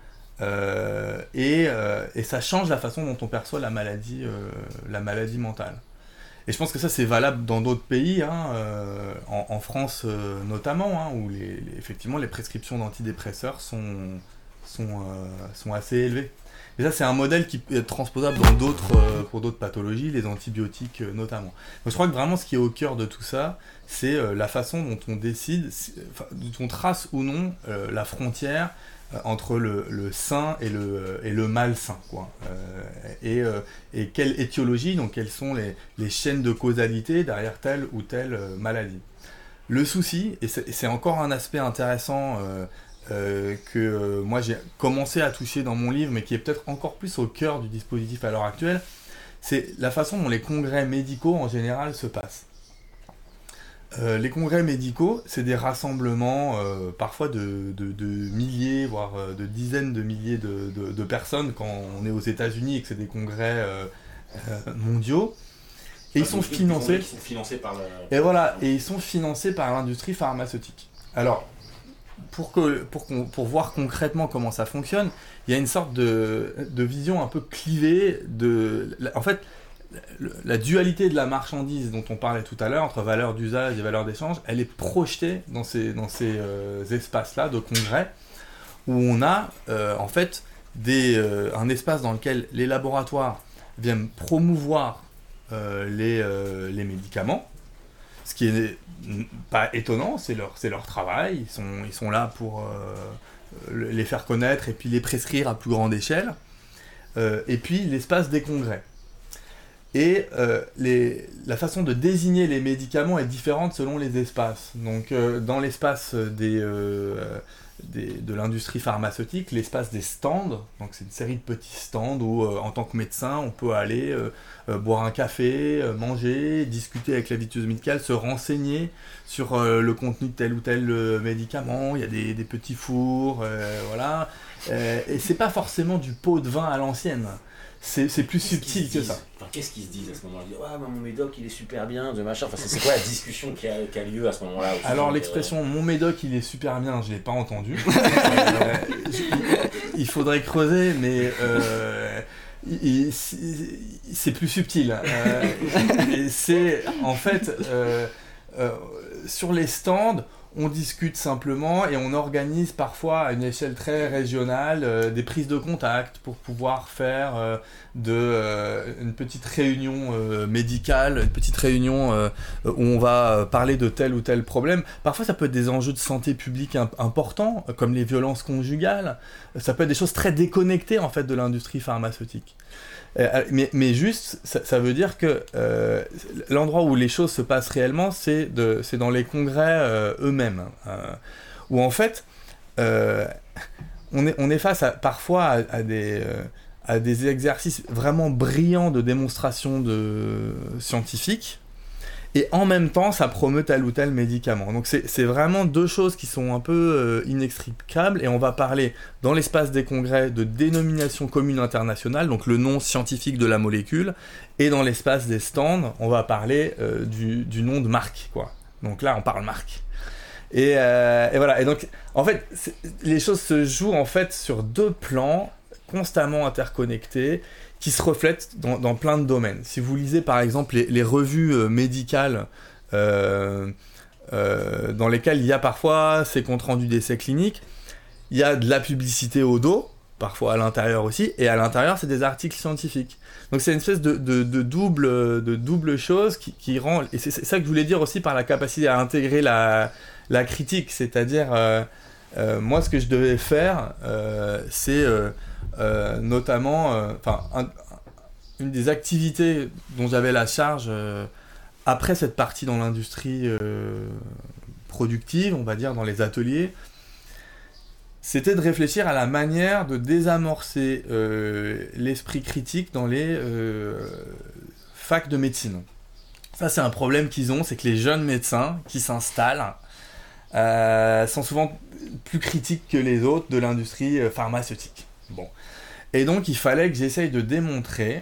et ça change la façon dont on perçoit la maladie mentale. Et je pense que ça c'est valable dans d'autres pays, hein, en France notamment, hein, où effectivement les prescriptions d'antidépresseurs sont assez élevées. Et ça c'est un modèle qui peut être transposable pour d'autres pathologies, les antibiotiques notamment. Donc je crois que vraiment ce qui est au cœur de tout ça, c'est la façon dont on décide, dont on trace ou non la frontière entre le sain et le malsain, quoi. Et quelle étiologie, donc quelles sont les chaînes de causalité derrière telle ou telle maladie. Le souci, et c'est encore un aspect intéressant que moi j'ai commencé à toucher dans mon livre, mais qui est peut-être encore plus au cœur du dispositif à l'heure actuelle, c'est la façon dont les congrès médicaux en général se passent. les congrès médicaux, c'est des rassemblements parfois de milliers, voire de dizaines de milliers de personnes quand on est aux États-Unis et que c'est des congrès mondiaux. Et ils sont financés. Qui sont financés par Et voilà, et ils sont financés par l'industrie pharmaceutique. Alors, pour voir concrètement comment ça fonctionne, il y a une sorte de vision un peu clivée en fait, la dualité de la marchandise dont on parlait tout à l'heure, entre valeur d'usage et valeur d'échange, elle est projetée dans ces espaces-là de congrès, où on a en fait un espace dans lequel les laboratoires viennent promouvoir les médicaments, ce qui est pas étonnant, c'est leur travail, ils sont là pour les faire connaître et puis les prescrire à plus grande échelle, et puis l'espace des congrès. Et la façon de désigner les médicaments est différente selon les espaces. Donc dans l'espace de l'industrie pharmaceutique, l'espace des stands, donc c'est une série de petits stands où en tant que médecin on peut aller boire un café, manger, discuter avec la vitreuse médicale, se renseigner sur le contenu de tel ou tel médicament. Il y a des petits fours, voilà. Et c'est pas forcément du pot de vin à l'ancienne. C'est plus subtil que ça. Enfin, qu'est-ce qu'ils se disent à ce moment-là? Ils disent, ouais, mon médoc il est super bien, de machin. Enfin, c'est quoi la discussion qui a lieu à ce moment-là? Alors, l'expression mon médoc il est super bien, je l'ai pas entendu. Il faudrait creuser, mais c'est plus subtil. C'est en fait sur les stands. On discute simplement et on organise parfois à une échelle très régionale des prises de contact pour pouvoir faire une petite réunion médicale, une petite réunion où on va parler de tel ou tel problème. Parfois ça peut être des enjeux de santé publique importants, comme les violences conjugales. Ça peut être des choses très déconnectées en fait de l'industrie pharmaceutique. Mais juste, ça veut dire que l'endroit où les choses se passent réellement, c'est dans les congrès eux-mêmes, où en fait, on est face parfois à des exercices vraiment brillants de démonstration scientifique, et en même temps, ça promeut tel ou tel médicament. Donc c'est vraiment deux choses qui sont un peu inextricables, et on va parler dans l'espace des congrès de dénomination commune internationale, donc le nom scientifique de la molécule, et dans l'espace des stands, on va parler du nom de marque, quoi. Donc là, on parle marque. Et voilà. Et donc, en fait, les choses se jouent en fait sur deux plans constamment interconnectés, qui se reflètent dans plein de domaines. Si vous lisez par exemple les revues médicales dans lesquelles il y a parfois ces comptes rendus d'essais cliniques, il y a de la publicité au dos, parfois à l'intérieur aussi, et à l'intérieur c'est des articles scientifiques. Donc c'est une espèce de double chose qui rend... Et c'est ça que je voulais dire aussi par la capacité à intégrer la critique, c'est-à-dire moi ce que je devais faire c'est... notamment, une des activités dont j'avais la charge après cette partie dans l'industrie productive, on va dire dans les ateliers, c'était de réfléchir à la manière de désamorcer l'esprit critique dans les facs de médecine. Ça, c'est un problème qu'ils ont, c'est que les jeunes médecins qui s'installent sont souvent plus critiques que les autres de l'industrie pharmaceutique. Bon. Et donc, il fallait que j'essaye de démontrer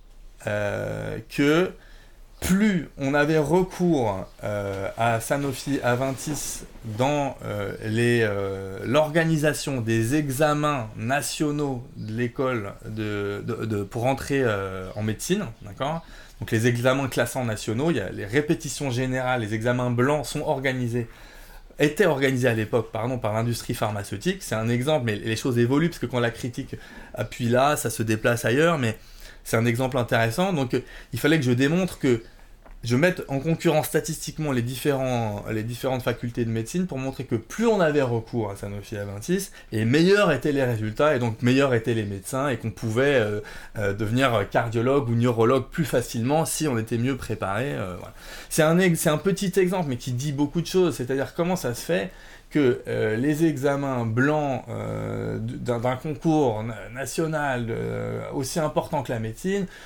que plus on avait recours à Sanofi Aventis dans l'organisation des examens nationaux de l'école pour entrer en médecine, d'accord ? Donc, les examens classants nationaux, il y a les répétitions générales, les examens blancs étaient organisés à l'époque par l'industrie pharmaceutique. C'est un exemple, mais les choses évoluent parce que quand la critique appuie là, ça se déplace ailleurs, mais c'est un exemple intéressant. Donc il fallait que je démontre que je mette en concurrence statistiquement les différentes facultés de médecine pour montrer que plus on avait recours à Sanofi Aventis, et meilleurs étaient les résultats, et donc meilleurs étaient les médecins, et qu'on pouvait devenir cardiologue ou neurologue plus facilement si on était mieux préparé. Voilà. C'est un petit exemple, mais qui dit beaucoup de choses, c'est-à-dire comment ça se fait que les examens blancs d'un concours national aussi important que la médecine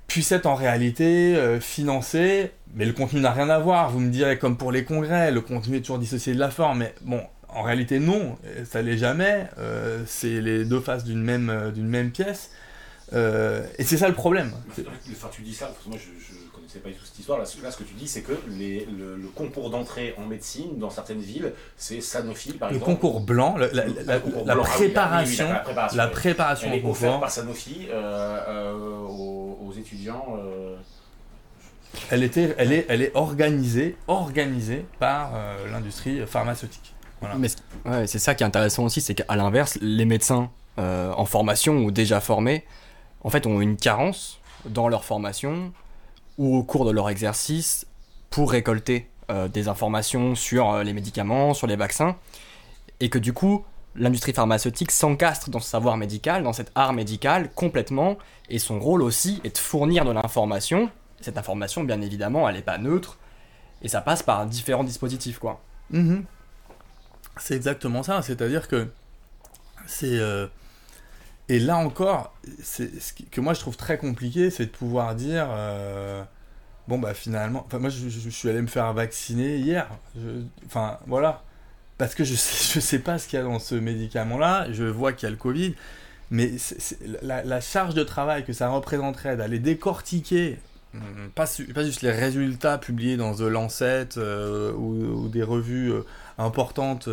puisse être en réalité financé, mais le contenu n'a rien à voir. Vous me direz, comme pour les congrès, le contenu est toujours dissocié de la forme, mais bon, en réalité non, ça l'est jamais, c'est les deux faces d'une même pièce, et c'est ça le problème. Enfin, tu dis ça, parce que moi je connaissais pas du tout cette histoire, là ce que tu dis c'est que le concours d'entrée en médecine dans certaines villes, c'est Sanofi par exemple. Le concours blanc, la préparation, la préparation elle est au offerte concours, par Sanofi aux étudiants. elle est organisée par l'industrie pharmaceutique. Voilà. Mais ouais, c'est ça qui est intéressant aussi, c'est qu'à l'inverse, les médecins en formation ou déjà formés, en fait, ont une carence dans leur formation ou au cours de leur exercice pour récolter des informations sur les médicaments, sur les vaccins, et que du coup, l'industrie pharmaceutique s'encastre dans ce savoir médical, dans cet art médical complètement, et son rôle aussi est de fournir de l'information. Cette information, bien évidemment, elle n'est pas neutre, et ça passe par différents dispositifs, quoi. Mm-hmm. C'est exactement ça, c'est-à-dire que c'est... Et là encore, c'est ce que moi je trouve très compliqué, c'est de pouvoir dire... bon bah finalement... Enfin moi je suis allé me faire vacciner hier, enfin voilà, parce que je sais pas ce qu'il y a dans ce médicament-là, je vois qu'il y a le Covid, mais la charge de travail que ça représenterait d'aller décortiquer, pas juste les résultats publiés dans The Lancet ou des revues importantes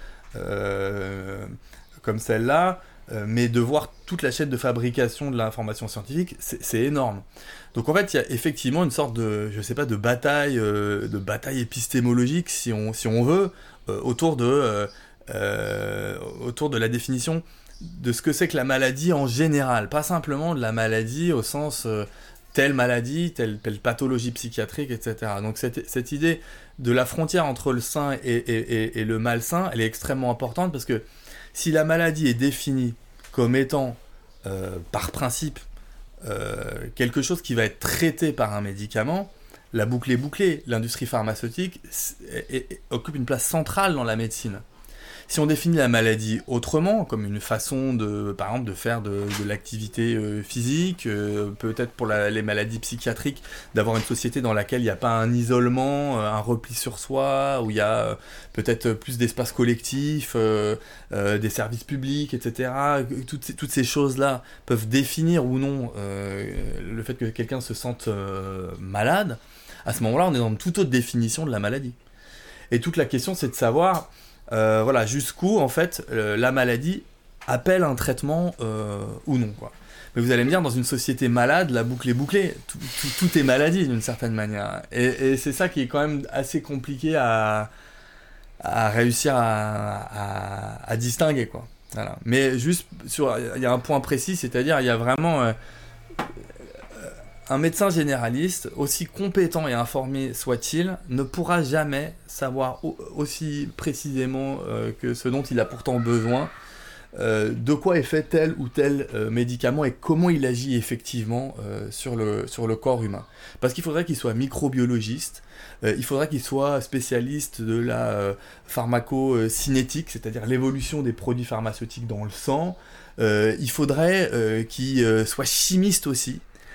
comme celle-là, mais de voir toute la chaîne de fabrication de l'information scientifique, c'est énorme. Donc en fait, il y a effectivement une sorte de, je sais pas, de bataille épistémologique, si on veut, autour de la définition de ce que c'est que la maladie en général, pas simplement de la maladie au sens telle maladie, telle pathologie psychiatrique, etc. Donc cette idée de la frontière entre le sain et le malsain, elle est extrêmement importante, parce que si la maladie est définie comme étant, par principe, quelque chose qui va être traité par un médicament, la boucle est bouclée. L'industrie pharmaceutique occupe une place centrale dans la médecine. Si on définit la maladie autrement, comme une façon par exemple, de faire de l'activité physique, peut-être pour les maladies psychiatriques, d'avoir une société dans laquelle il n'y a pas un isolement, un repli sur soi, où il y a peut-être plus d'espace collectif, des services publics, etc. Toutes ces choses-là peuvent définir ou non le fait que quelqu'un se sente malade. À ce moment-là, on est dans une toute autre définition de la maladie. Et toute la question, c'est de savoir... voilà, jusqu'où en fait la maladie appelle un traitement ou non, quoi. Mais vous allez me dire, dans une société malade, la boucle est bouclée, tout est maladie d'une certaine manière, et c'est ça qui est quand même assez compliqué à réussir à distinguer, quoi. Voilà. Mais juste il y a un point précis, c'est-à-dire il y a vraiment un médecin généraliste, aussi compétent et informé soit-il, ne pourra jamais savoir aussi précisément que ce dont il a pourtant besoin, de quoi est fait tel ou tel médicament et comment il agit effectivement sur le corps humain. Parce qu'il faudrait qu'il soit microbiologiste, il faudrait qu'il soit spécialiste de la pharmacocinétique, c'est-à-dire l'évolution des produits pharmaceutiques dans le sang, il faudrait qu'il soit chimiste aussi,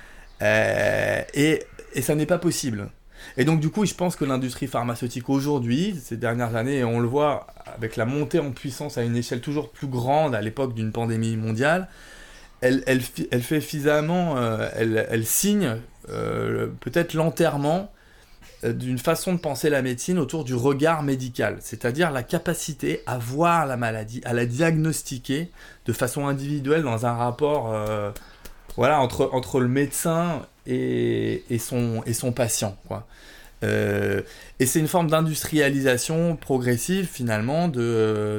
et ça n'est pas possible. Et donc du coup, je pense que l'industrie pharmaceutique aujourd'hui, ces dernières années, et on le voit avec la montée en puissance à une échelle toujours plus grande à l'époque d'une pandémie mondiale, elle fait suffisamment, elle signe peut-être l'enterrement d'une façon de penser la médecine autour du regard médical, c'est-à-dire la capacité à voir la maladie, à la diagnostiquer de façon individuelle dans un rapport voilà, entre le médecin et son patient, quoi. Et c'est une forme d'industrialisation progressive finalement de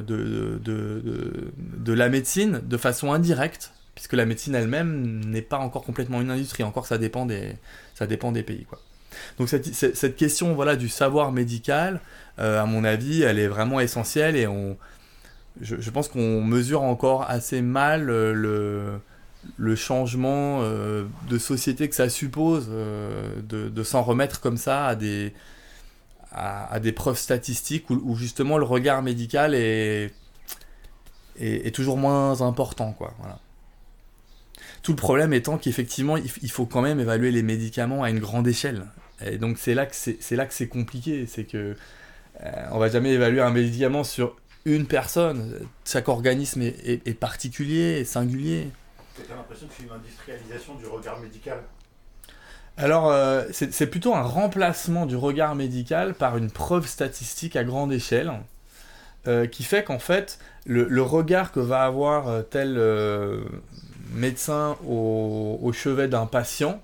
la médecine de façon indirecte, puisque la médecine elle-même n'est pas encore complètement une industrie, encore ça dépend des pays, quoi. Donc cette question, voilà, du savoir médical, à mon avis, elle est vraiment essentielle, et je pense qu'on mesure encore assez mal le changement de société que ça suppose de s'en remettre comme ça à des preuves statistiques où justement le regard médical est toujours moins important, quoi. Voilà. Tout le problème étant qu'effectivement, il faut quand même évaluer les médicaments à une grande échelle. Et donc c'est là que c'est compliqué, c'est que on va jamais évaluer un médicament sur une personne. Chaque organisme est particulier, est singulier. T'as l'impression que c'est une industrialisation du regard médical? Alors, c'est plutôt un remplacement du regard médical par une preuve statistique à grande échelle, qui fait qu'en fait, le regard que va avoir tel médecin au chevet d'un patient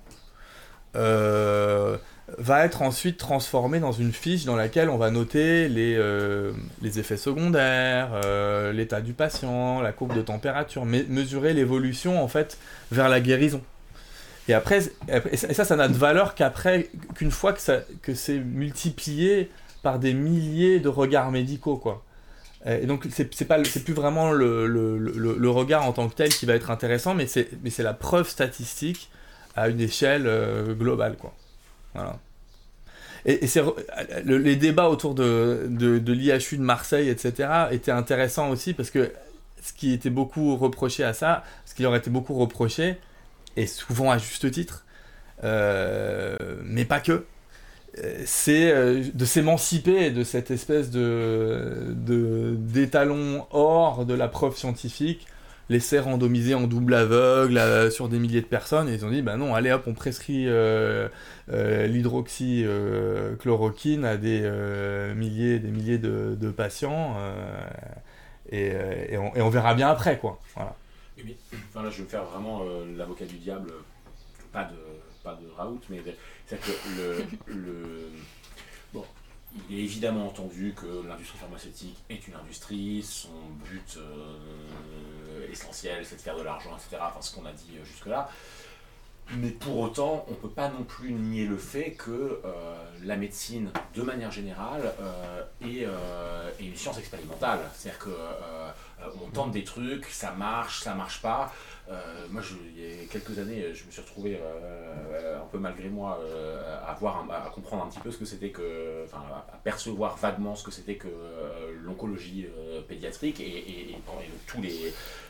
va être ensuite transformé dans une fiche dans laquelle on va noter les effets secondaires, l'état du patient, la courbe de température, mesurer l'évolution en fait vers la guérison. Et après, ça n'a de valeur qu'une fois que c'est multiplié par des milliers de regards médicaux, quoi. Et donc c'est plus vraiment le regard en tant que tel qui va être intéressant, mais c'est la preuve statistique à une échelle globale, quoi. Voilà. Et les débats autour de l'IHU de Marseille, etc., étaient intéressants aussi parce que ce qui était beaucoup reproché à ça, ce qui leur était beaucoup reproché, et souvent à juste titre, mais pas que, c'est de s'émanciper de cette espèce d'étalon hors de la preuve scientifique, laisser randomiser en double aveugle sur des milliers de personnes, et ils ont dit bah non, allez hop, on prescrit l'hydroxychloroquine à des milliers de patients, et on verra bien après, quoi. Voilà. Mais, enfin là, je vais me faire vraiment l'avocat du diable, pas de Raoult, mais c'est que bon, il est évidemment entendu que l'industrie pharmaceutique est une industrie, son but essentiel c'est de faire de l'argent, etc., enfin ce qu'on a dit jusque-là. Mais pour autant, on ne peut pas non plus nier le fait que la médecine, de manière générale, est une science expérimentale. C'est-à-dire qu'on tente des trucs, ça marche pas. Moi, il y a quelques années, je me suis retrouvé un peu malgré moi à comprendre un petit peu ce que c'était que, enfin, à percevoir vaguement ce que c'était que l'oncologie pédiatrique et tous les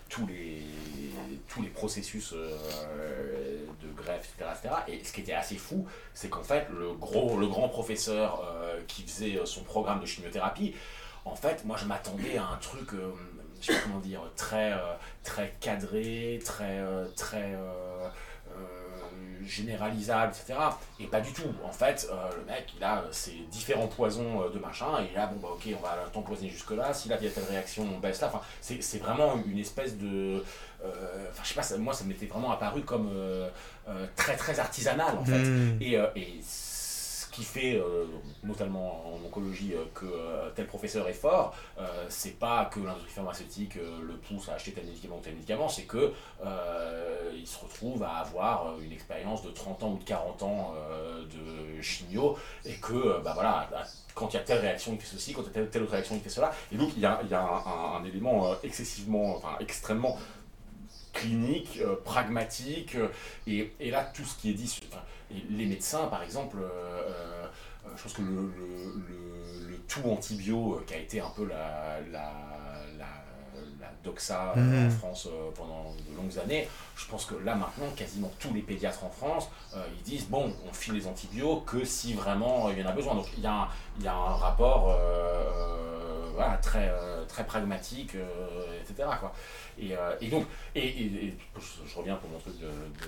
processus de greffe, etc. Et ce qui était assez fou, c'est qu'en fait, le grand professeur qui faisait son programme de chimiothérapie, en fait, moi je m'attendais à un truc, je sais pas comment dire, très cadré, très généralisable, etc. Et pas du tout. En fait, le mec, il a ses différents poisons de machin, et là, bon, bah ok, on va t'empoisonner jusque-là, si là, il y a telle réaction, on baisse là. Enfin, c'est vraiment une espèce de... Enfin, je sais pas, moi, ça m'était vraiment apparu comme très, très artisanal, en fait. Et ce qui fait, notamment en oncologie, que tel professeur est fort, c'est pas que l'industrie pharmaceutique le pousse à acheter tel médicament ou tel médicament, c'est que il se retrouve à avoir une expérience de 30 ans ou de 40 ans de chimio, et que, bah voilà, quand il y a telle réaction, il fait ceci, quand il y a telle autre réaction, il fait cela. Et donc, il y a un élément extrêmement clinique, pragmatique, et là, tout ce qui est dit, les médecins, par exemple, je pense que le tout antibio, qui a été un peu la doxa en France pendant de longues années, je pense que là maintenant quasiment tous les pédiatres en France ils disent bon, on file les antibiotiques que si vraiment il y en a besoin. Donc il y a un rapport voilà, très pragmatique, etc., quoi. Et donc je reviens pour mon truc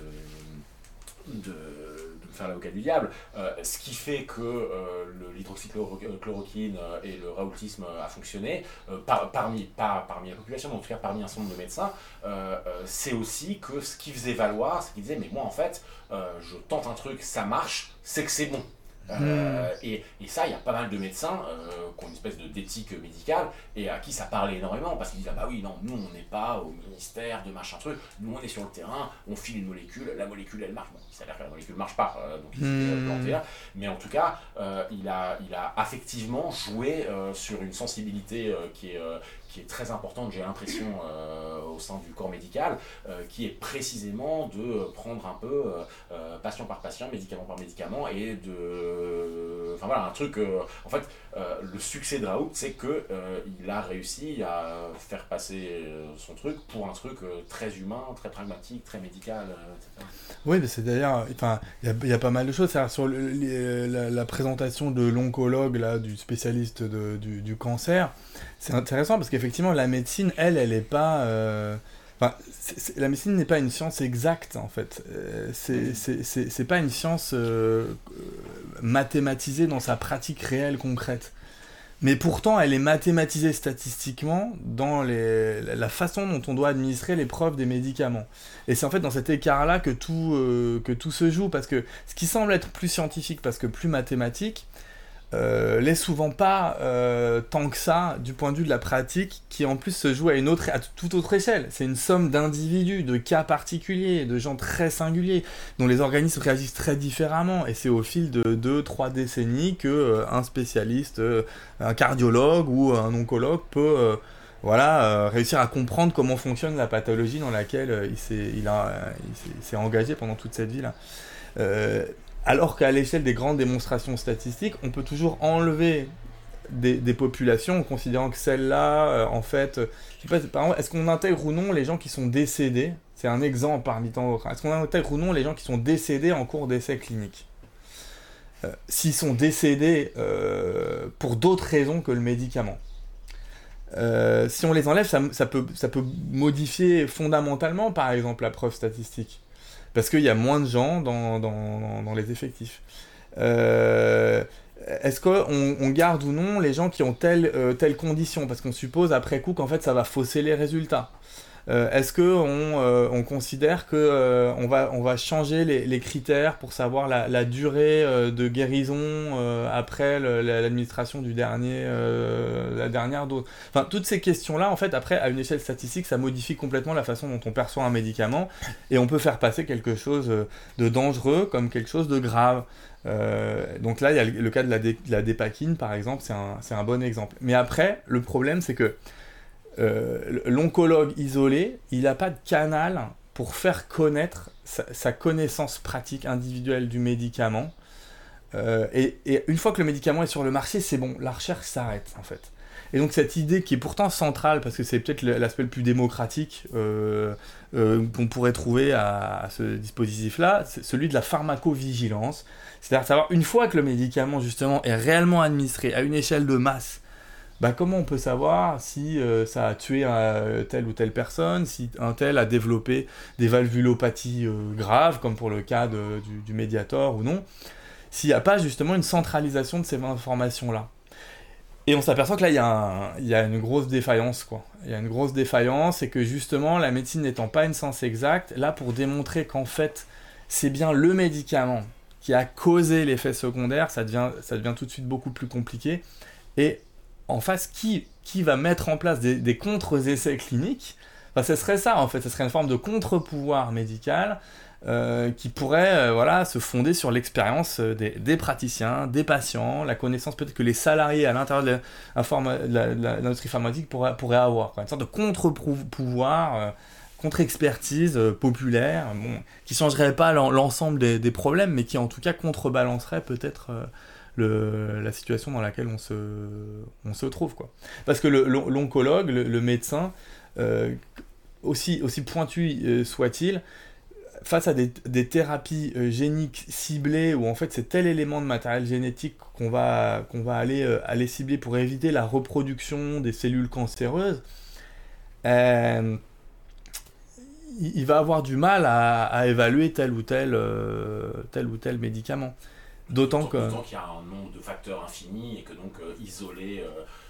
de me faire l'avocat du diable, ce qui fait que l'hydroxychloroquine et le raoultisme a fonctionné, pas parmi la population, mais en tout cas parmi un certain nombre de médecins, c'est aussi que ce qui faisait valoir, c'est qu'ils disaient mais moi en fait, je tente un truc, ça marche, c'est que c'est bon. Et ça, il y a pas mal de médecins qui ont une espèce d'éthique médicale et à qui ça parlait énormément, parce qu'ils disent ah bah oui, non, nous on n'est pas au ministère de machin truc, nous on est sur le terrain, on file une molécule, la molécule elle marche. Bon, il s'avère que la molécule marche pas, donc il s'est planté là, mais en tout cas il a effectivement joué sur une sensibilité qui qui est très importante, j'ai l'impression, au sein du corps médical, qui est précisément de prendre un peu patient par patient, médicament par médicament, et de... Enfin voilà, un truc... en fait, le succès de Raoult, c'est qu'il a réussi à faire passer son truc pour un truc très humain, très pragmatique, très médical, etc. Oui, mais c'est d'ailleurs, enfin, il y a pas mal de choses. C'est-à-dire sur la présentation de l'oncologue, là, du spécialiste du cancer, c'est intéressant parce qu'effectivement, la médecine, elle est pas. Enfin, la médecine n'est pas une science exacte, en fait. C'est pas une science mathématisée dans sa pratique réelle, concrète. Mais pourtant, elle est mathématisée statistiquement dans la façon dont on doit administrer les preuves des médicaments. Et c'est en fait dans cet écart-là que tout se joue, parce que ce qui semble être plus scientifique, parce que plus mathématique, l'est souvent pas tant que ça du point de vue de la pratique, qui en plus se joue à toute autre échelle. C'est une somme d'individus, de cas particuliers, de gens très singuliers, dont les organismes réagissent très différemment, et c'est au fil de 2-3 décennies que un spécialiste, un cardiologue ou un oncologue peut réussir à comprendre comment fonctionne la pathologie dans laquelle il s'est engagé pendant toute cette vie-là. Alors qu'à l'échelle des grandes démonstrations statistiques, on peut toujours enlever des populations en considérant que celles-là, en fait... je sais pas, par exemple, est-ce qu'on intègre ou non les gens qui sont décédés ? C'est un exemple parmi tant d'autres. Est-ce qu'on intègre ou non les gens qui sont décédés en cours d'essai clinique ? S'ils sont décédés pour d'autres raisons que le médicament. Si on les enlève, ça peut modifier fondamentalement, par exemple, la preuve statistique. Parce qu'il y a moins de gens dans les effectifs. Est-ce qu'on garde ou non les gens qui ont telle condition ? Parce qu'on suppose après coup qu'en fait ça va fausser les résultats. Est-ce qu'on considère qu'on va changer les critères pour savoir la durée de guérison après l'administration la dernière dose ? Enfin, toutes ces questions-là, en fait, après, à une échelle statistique, ça modifie complètement la façon dont on perçoit un médicament, et on peut faire passer quelque chose de dangereux comme quelque chose de grave. Donc là, il y a le cas de la dépakine, par exemple, c'est un bon exemple. Mais après, le problème, c'est que l'oncologue isolé, il n'a pas de canal pour faire connaître sa connaissance pratique individuelle du médicament. Et une fois que le médicament est sur le marché, c'est bon, la recherche s'arrête en fait. Et donc cette idée qui est pourtant centrale, parce que c'est peut-être l'aspect le plus démocratique qu'on pourrait trouver à ce dispositif-là, c'est celui de la pharmacovigilance. C'est-à-dire savoir, une fois que le médicament justement est réellement administré à une échelle de masse, comment on peut savoir si ça a tué telle ou telle personne, si un tel a développé des valvulopathies graves, comme pour le cas du Mediator ou non, s'il n'y a pas justement une centralisation de ces informations-là. Et on s'aperçoit que là, il y a une grosse défaillance, quoi. Il y a une grosse défaillance, et que justement, la médecine n'étant pas une science exacte, là, pour démontrer qu'en fait, c'est bien le médicament qui a causé l'effet secondaire, ça devient tout de suite beaucoup plus compliqué. Et en face, qui va mettre en place des contre-essais cliniques ? Ce serait ça, en fait. Ce serait une forme de contre-pouvoir médical qui pourrait se fonder sur l'expérience des praticiens, des patients, la connaissance peut-être que les salariés à l'intérieur de l'industrie pharmaceutique pourraient avoir. Une sorte de contre-pouvoir, contre-expertise populaire, qui ne changerait pas l'ensemble des problèmes, mais qui en tout cas contrebalancerait peut-être... la situation dans laquelle on se trouve, quoi. Parce que l'oncologue, le médecin, aussi pointu soit-il, face à des thérapies géniques ciblées, où en fait c'est tel élément de matériel génétique qu'on va aller cibler pour éviter la reproduction des cellules cancéreuses, il va avoir du mal à évaluer tel ou tel médicament. D'autant qu'il y a un nombre de facteurs infinis, et que donc isoler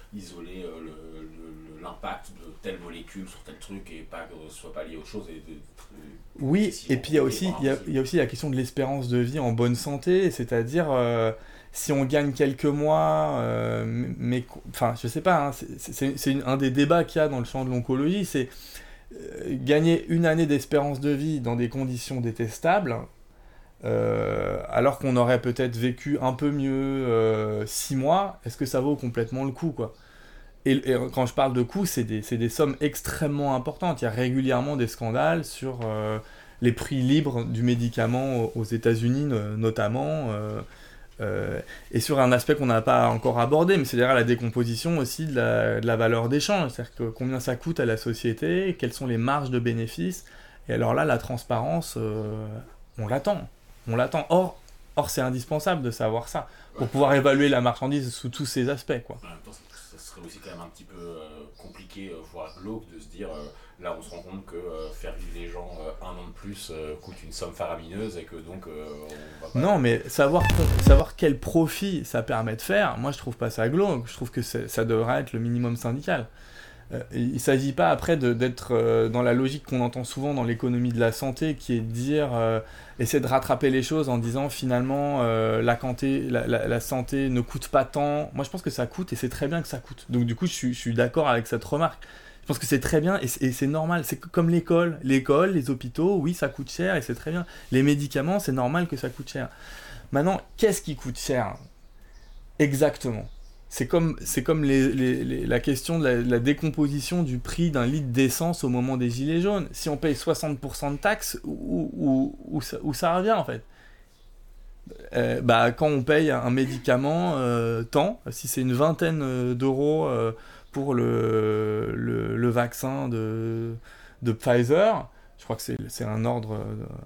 l'impact de telle molécule sur tel truc et pas que ce soit pas lié à autre chose. Oui, et puis il y a aussi la question de l'espérance de vie en bonne santé, c'est-à-dire si on gagne quelques mois, je sais pas, c'est un des débats qu'il y a dans le champ de l'oncologie, c'est gagner une année d'espérance de vie dans des conditions détestables, alors qu'on aurait peut-être vécu un peu mieux 6 mois, est-ce que ça vaut complètement le coup, quoi ? Et quand je parle de coûts, c'est des sommes extrêmement importantes. Il y a régulièrement des scandales sur les prix libres du médicament aux États-Unis notamment, et sur un aspect qu'on n'a pas encore abordé, mais c'est derrière la décomposition aussi de la valeur d'échange, c'est-à-dire que combien ça coûte à la société, quelles sont les marges de bénéfices, et alors là, la transparence, on l'attend. Or, c'est indispensable de savoir ça, pour pouvoir évaluer la marchandise sous tous ses aspects, quoi. En même temps, ça serait aussi quand même un petit peu compliqué, voire glauque, de se dire, là on se rend compte que faire vivre les gens un an de plus coûte une somme faramineuse et que donc on va pas... Non, mais savoir quel profit ça permet de faire, moi je trouve pas ça glauque, je trouve que ça devrait être le minimum syndical. Il ne s'agit pas après d'être dans la logique qu'on entend souvent dans l'économie de la santé, qui est de dire, essayer de rattraper les choses en disant finalement la santé ne coûte pas tant. Moi je pense que ça coûte et c'est très bien que ça coûte. Donc du coup je suis d'accord avec cette remarque. Je pense que c'est très bien et c'est normal. C'est comme l'école, les hôpitaux, oui ça coûte cher et c'est très bien. Les médicaments, c'est normal que ça coûte cher. Maintenant, qu'est-ce qui coûte cher exactement ? C'est comme la question de la décomposition du prix d'un litre d'essence au moment des gilets jaunes. Si on paye 60% de taxes, où ça revient en fait ? Quand on paye un médicament si c'est une vingtaine d'euros pour le vaccin de Pfizer, je crois que c'est un ordre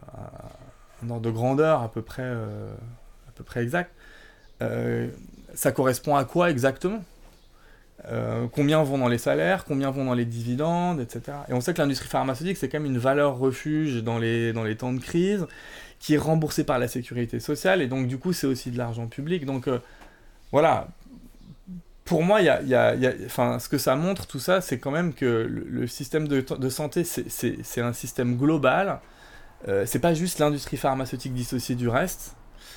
de grandeur à peu près exact. Ça correspond à quoi exactement ? Combien vont dans les salaires, combien vont dans les dividendes, etc. Et on sait que l'industrie pharmaceutique, c'est quand même une valeur refuge dans les temps de crise, qui est remboursée par la sécurité sociale, et donc du coup, c'est aussi de l'argent public. Donc voilà, pour moi, ce que ça montre, tout ça, c'est quand même que le système de santé, c'est un système global. C'est pas juste l'industrie pharmaceutique dissociée du reste.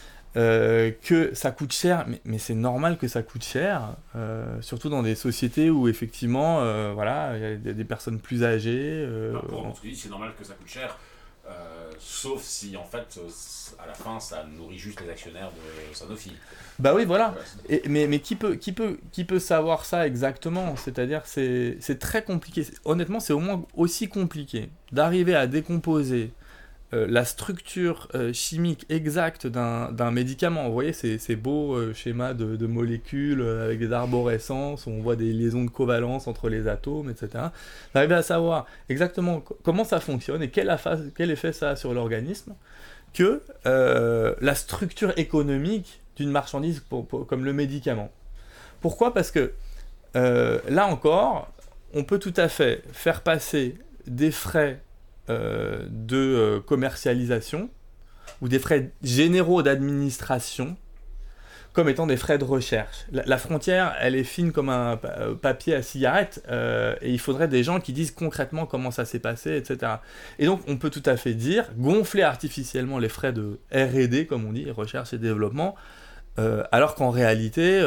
Que ça coûte cher, mais c'est normal que ça coûte cher, surtout dans des sociétés où effectivement, il y a des personnes plus âgées. Pour ce que tu dis, c'est normal que ça coûte cher, sauf si en fait, à la fin, ça nourrit juste les actionnaires de Sanofi. Bah oui, voilà. Mais qui peut savoir ça exactement ? C'est-à-dire, c'est très compliqué. Honnêtement, c'est au moins aussi compliqué d'arriver à décomposer la structure chimique exacte d'un médicament. Vous voyez ces beaux schémas de molécules avec des arborescences où on voit des liaisons de covalence entre les atomes, etc. D'arriver à savoir exactement comment ça fonctionne et quel effet ça a sur l'organisme, que la structure économique d'une marchandise comme le médicament. Pourquoi ? Parce que là encore, on peut tout à fait faire passer des frais de commercialisation ou des frais généraux d'administration comme étant des frais de recherche. La frontière, elle est fine comme un papier à cigarette, et il faudrait des gens qui disent concrètement comment ça s'est passé, etc. Et donc, on peut tout à fait dire, gonfler artificiellement les frais de R&D, comme on dit, recherche et développement, alors qu'en réalité,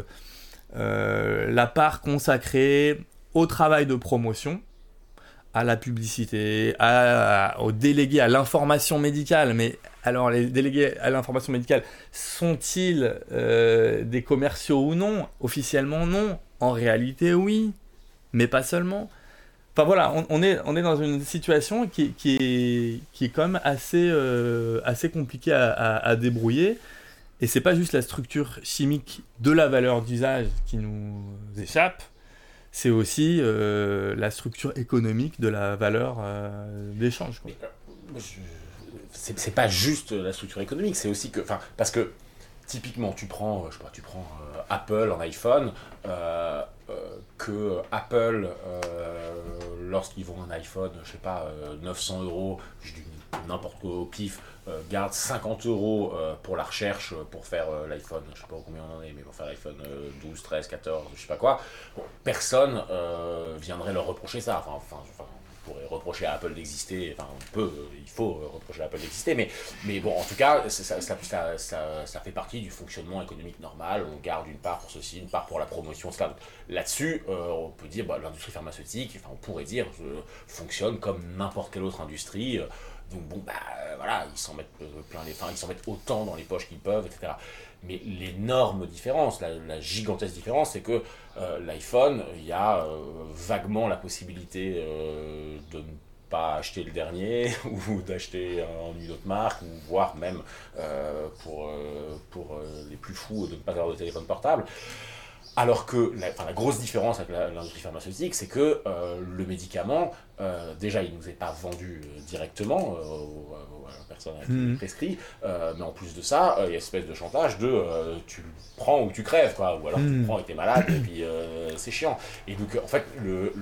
la part consacrée au travail de promotion, à la publicité, aux délégués à l'information médicale. Mais alors, les délégués à l'information médicale, sont-ils des commerciaux ou non ? Officiellement, non. En réalité, oui. Mais pas seulement. Enfin voilà, on est dans une situation qui est quand même assez compliquée à débrouiller. Et c'est pas juste la structure chimique de la valeur d'usage qui nous échappe, c'est aussi la structure économique de la valeur d'échange, quoi. C'est pas juste la structure économique, c'est aussi que, parce que typiquement tu prends Apple en iPhone, que Apple lorsqu'ils vendent un iPhone, 900 €, je dis n'importe quoi au pif, garde 50 € pour la recherche, pour faire l'iPhone, je sais pas combien on en est, mais pour faire l'iPhone 12, 13, 14, je sais pas quoi, bon, personne viendrait leur reprocher ça. Enfin, on pourrait reprocher à Apple d'exister, il faut reprocher à Apple d'exister, mais bon, en tout cas, ça fait partie du fonctionnement économique normal. On garde une part pour ceci, une part pour la promotion, etc. Là-dessus, on peut dire, l'industrie pharmaceutique, on pourrait dire, fonctionne comme n'importe quelle autre industrie, Donc bon, voilà, ils s'en mettent ils s'en mettent autant dans les poches qu'ils peuvent, etc. Mais l'énorme différence, la gigantesque différence, c'est que l'iPhone, il y a vaguement la possibilité de ne pas acheter le dernier ou d'acheter une autre marque, ou voire même pour les plus fous de ne pas avoir de téléphone portable. Alors que la grosse différence avec l'industrie pharmaceutique, c'est que le médicament, déjà, il ne nous est pas vendu directement à la personne à qui il est prescrit, mais en plus de ça, il y a une espèce de chantage de tu le prends ou tu crèves, quoi, ou alors tu le prends et t'es malade, et puis c'est chiant. Et donc, en fait,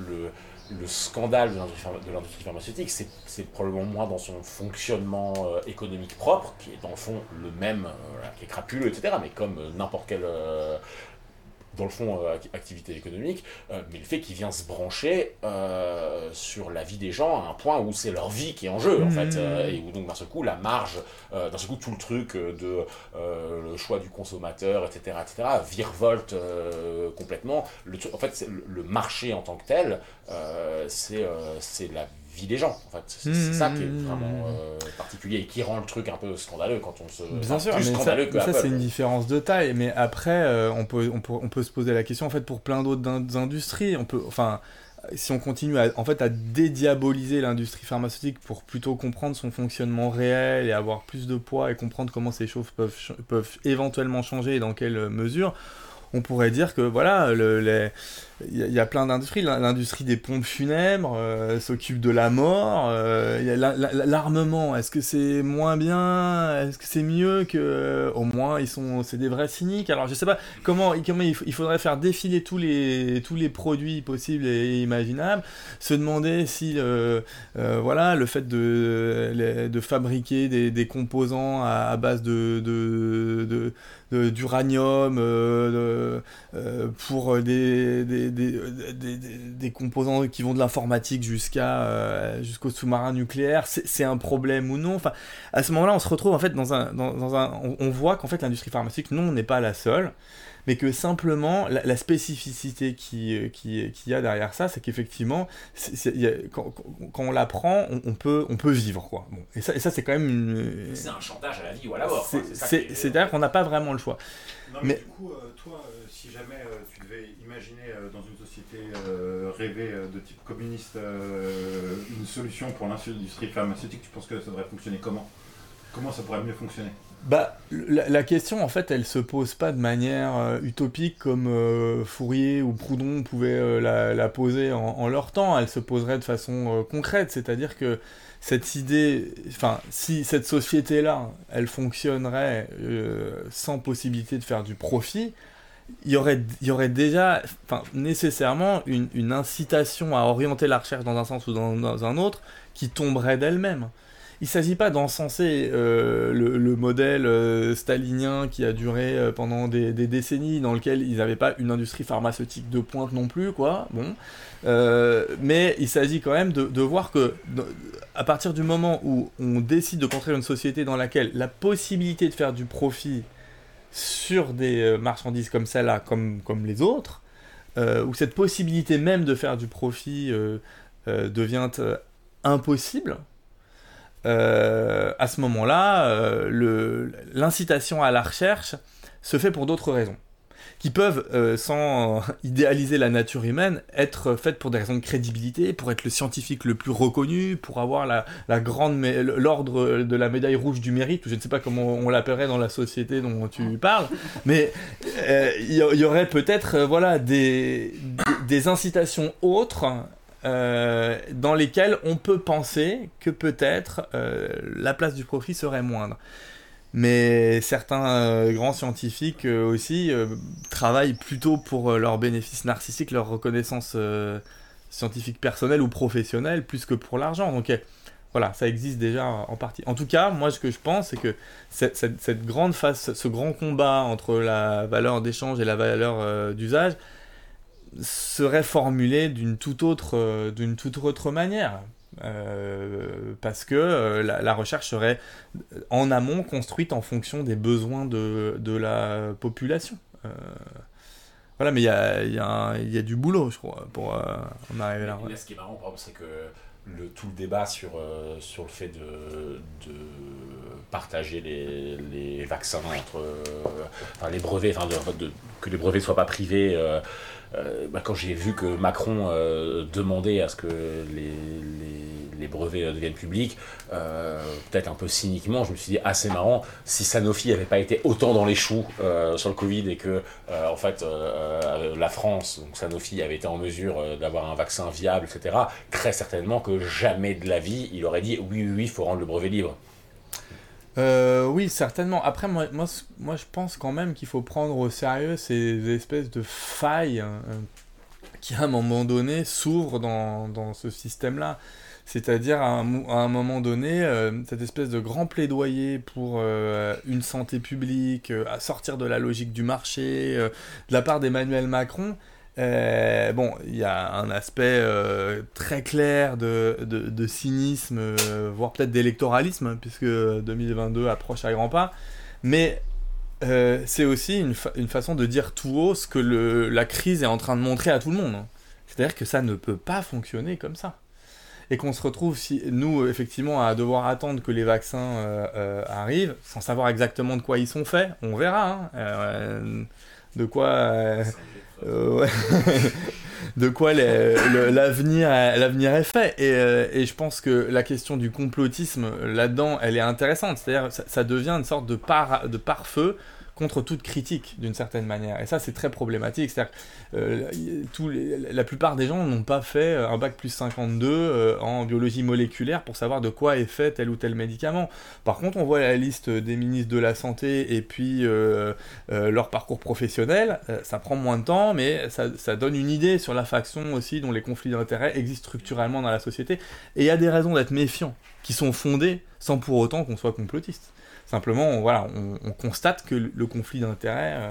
le scandale de l'industrie pharmaceutique, c'est probablement moins dans son fonctionnement économique propre, qui est dans le fond le même, qui est crapuleux, etc., mais comme n'importe quel... dans le fond, activité économique, mais le fait qu'il vient se brancher sur la vie des gens à un point où c'est leur vie qui est en jeu, en fait, et où donc d'un seul coup, la marge, d'un seul coup, tout le truc de le choix du consommateur, etc., virevolte complètement. En fait, le marché en tant que tel, c'est la vie des gens, en fait. C'est ça qui est vraiment particulier et qui rend le truc un peu scandaleux quand on se... Bien sûr, plus mais scandaleux que ça Apple. c'est une différence de taille, mais après on peut se poser la question en fait pour plein d'autres industries, si on continue à dédiaboliser l'industrie pharmaceutique pour plutôt comprendre son fonctionnement réel et avoir plus de poids et comprendre comment ces choses peuvent éventuellement changer et dans quelle mesure, on pourrait dire que voilà, il y a plein d'industries. L'industrie des pompes funèbres s'occupe de la mort. Il y a l'armement. Est-ce que c'est moins bien? Est-ce que c'est mieux que... Au moins, c'est des vrais cyniques. Alors, je sais pas comment il faudrait faire défiler tous les produits possibles et imaginables. Se demander si voilà, le fait de fabriquer des composants à base d'uranium pour des composants qui vont de l'informatique jusqu'au sous-marin nucléaire, c'est un problème ou non. Enfin, à ce moment-là, on se retrouve en fait on voit qu'en fait l'industrie pharmaceutique, non, on n'est pas la seule, mais que simplement la spécificité qu'il y a derrière ça, c'est qu'effectivement, quand on l'apprend, on peut vivre, quoi. Bon, et ça c'est quand même c'est un chantage à la vie ou à la mort. C'est-à-dire qu'on n'a pas vraiment le choix. Non, mais du coup, toi, si jamais tu devais imaginer dans une société rêvée de type communiste une solution pour l'industrie pharmaceutique, tu penses que ça devrait fonctionner comment? Comment ça pourrait mieux fonctionner? La question, en fait, elle se pose pas de manière utopique comme Fourier ou Proudhon pouvaient la poser en leur temps. Elle se poserait de façon concrète, c'est-à-dire que cette idée, si cette société-là, elle fonctionnerait sans possibilité de faire du profit, il y aurait déjà, nécessairement une incitation à orienter la recherche dans un sens ou dans un autre qui tomberait d'elle-même. Il ne s'agit pas d'encenser le modèle stalinien qui a duré pendant des décennies, dans lequel ils n'avaient pas une industrie pharmaceutique de pointe non plus, quoi. Bon. Mais il s'agit quand même de voir que, à partir du moment où on décide de construire une société dans laquelle la possibilité de faire du profit sur des marchandises comme celle-là, comme les autres, où cette possibilité même de faire du profit devient impossible, à ce moment-là, l'incitation à la recherche se fait pour d'autres raisons, qui peuvent, sans idéaliser la nature humaine, être faites pour des raisons de crédibilité, pour être le scientifique le plus reconnu, pour avoir l'ordre de la médaille rouge du mérite, ou je ne sais pas comment on l'appellerait dans la société dont tu parles, mais il y aurait peut-être des incitations autres dans lesquels on peut penser que peut-être la place du profit serait moindre. Mais certains grands scientifiques aussi travaillent plutôt pour leur bénéfice narcissique, leur reconnaissance scientifique personnelle ou professionnelle, plus que pour l'argent. Donc voilà, ça existe déjà en partie. En tout cas, moi ce que je pense, c'est que cette grande phase, ce grand combat entre la valeur d'échange et la valeur d'usage serait formulé d'une toute autre manière, parce que la recherche serait en amont construite en fonction des besoins de la population. Voilà, mais il y a du boulot, je crois, pour en arriver là. Là, ce qui est marrant, par exemple, c'est que tout le débat sur le fait de partager les vaccins entre les brevets, que les brevets ne soient pas privés. Quand j'ai vu que Macron demandait à ce que les brevets deviennent publics, peut-être un peu cyniquement, je me suis dit, c'est marrant, si Sanofi n'avait pas été autant dans les choux sur le Covid et que en fait la France, donc Sanofi, avait été en mesure d'avoir un vaccin viable, etc., très certainement que jamais de la vie il aurait dit oui, il faut rendre le brevet libre. Oui, certainement. Après, moi, je pense quand même qu'il faut prendre au sérieux ces espèces de failles qui, à un moment donné, s'ouvrent dans ce système-là. C'est-à-dire, à un moment donné, cette espèce de grand plaidoyer pour une santé publique, à sortir de la logique du marché, de la part d'Emmanuel Macron. Il y a un aspect très clair de cynisme, voire peut-être d'électoralisme, puisque 2022 approche à grands pas, mais c'est aussi une façon de dire tout haut ce que la crise est en train de montrer à tout le monde. C'est-à-dire que ça ne peut pas fonctionner comme ça. Et qu'on se retrouve, nous, effectivement, à devoir attendre que les vaccins arrivent, sans savoir exactement de quoi ils sont faits, on verra, de quoi... Ouais. De quoi l'avenir est fait, et je pense que la question du complotisme là-dedans, elle est intéressante, c'est-à-dire ça devient une sorte de pare-feu contre toute critique d'une certaine manière, et ça c'est très problématique. C'est-à-dire la plupart des gens n'ont pas fait un bac plus 52 en biologie moléculaire pour savoir de quoi est fait tel ou tel médicament. Par contre, on voit la liste des ministres de la santé et puis leur parcours professionnel, ça prend moins de temps, mais ça donne une idée sur la façon aussi dont les conflits d'intérêts existent structurellement dans la société, et il y a des raisons d'être méfiant qui sont fondées sans pour autant qu'on soit complotiste. Simplement, on constate que le conflit d'intérêts,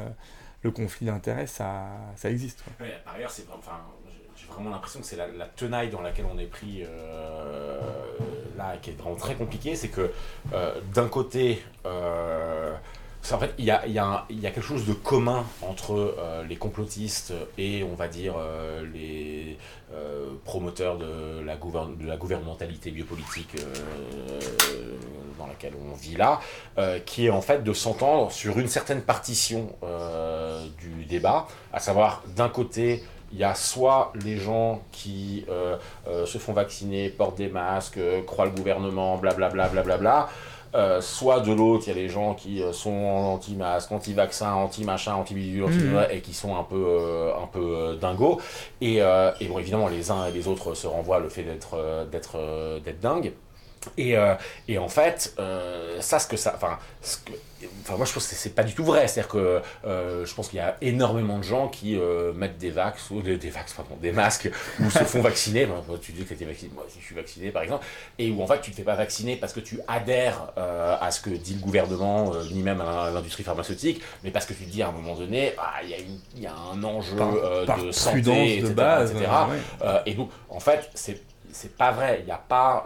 ça existe. Ouais, par ailleurs, j'ai vraiment l'impression que c'est la tenaille dans laquelle on est pris là, qui est vraiment très compliquée. C'est que d'un côté, en fait, il y a quelque chose de commun entre les complotistes et, on va dire, les promoteurs de la gouvernementalité biopolitique dans laquelle on vit là, qui est en fait de s'entendre sur une certaine partition du débat, à savoir, d'un côté, il y a soit les gens qui se font vacciner, portent des masques, croient le gouvernement, blablabla, blablabla. Soit de l'autre, il y a les gens qui sont anti-masque, anti-vaccin, anti-machin, anti-bidule, et qui sont un peu dingos. Et bon, évidemment, les uns et les autres se renvoient le fait d'être dingue. Et en fait, moi je pense que c'est pas du tout vrai. C'est-à-dire que je pense qu'il y a énormément de gens qui mettent des masques, ou se font vacciner. Tu dis que tu étais vacciné, moi aussi je suis vacciné par exemple, et où en fait tu ne te fais pas vacciner parce que tu adhères à ce que dit le gouvernement, ni même à l'industrie pharmaceutique, mais parce que tu te dis à un moment donné, il y a un enjeu de santé, etc. de base, etc. Et donc en fait, c'est pas vrai, il n'y a pas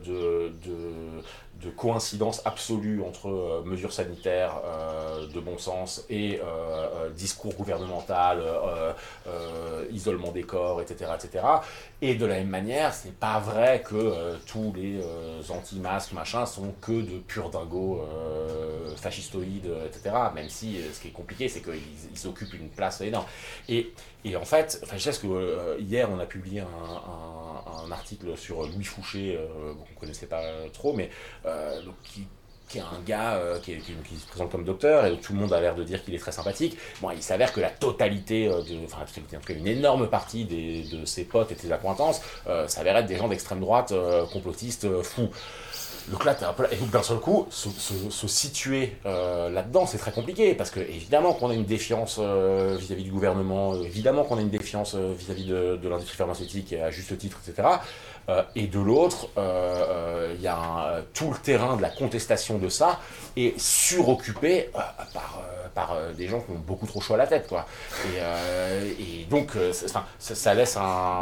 de coïncidence absolue entre mesures sanitaires de bon sens et discours gouvernemental, isolement des corps, etc., etc. Et de la même manière, c'est pas vrai que tous les anti-masques, machin, sont que de purs dingos fascistoïdes, etc. Même si ce qui est compliqué, c'est qu'ils occupent une place énorme. Et en fait, je sais que hier, on a publié un article sur Louis Fouché, qu'on ne connaissait pas trop, mais qui est un gars qui se présente comme docteur, et tout le monde a l'air de dire qu'il est très sympathique. Bon, il s'avère que la totalité, en tout cas une énorme partie de ses potes et de ses accointances, s'avère être des gens d'extrême droite, complotistes, fous. Donc là, et donc d'un seul coup, se situer là-dedans, c'est très compliqué, parce que évidemment qu'on a une défiance vis-à-vis du gouvernement, évidemment qu'on a une défiance vis-à-vis de l'industrie pharmaceutique, à juste titre, etc. Et de l'autre, il y a tout le terrain de la contestation de ça est suroccupé par des gens qui ont beaucoup trop chaud à la tête, quoi. Et donc ça laisse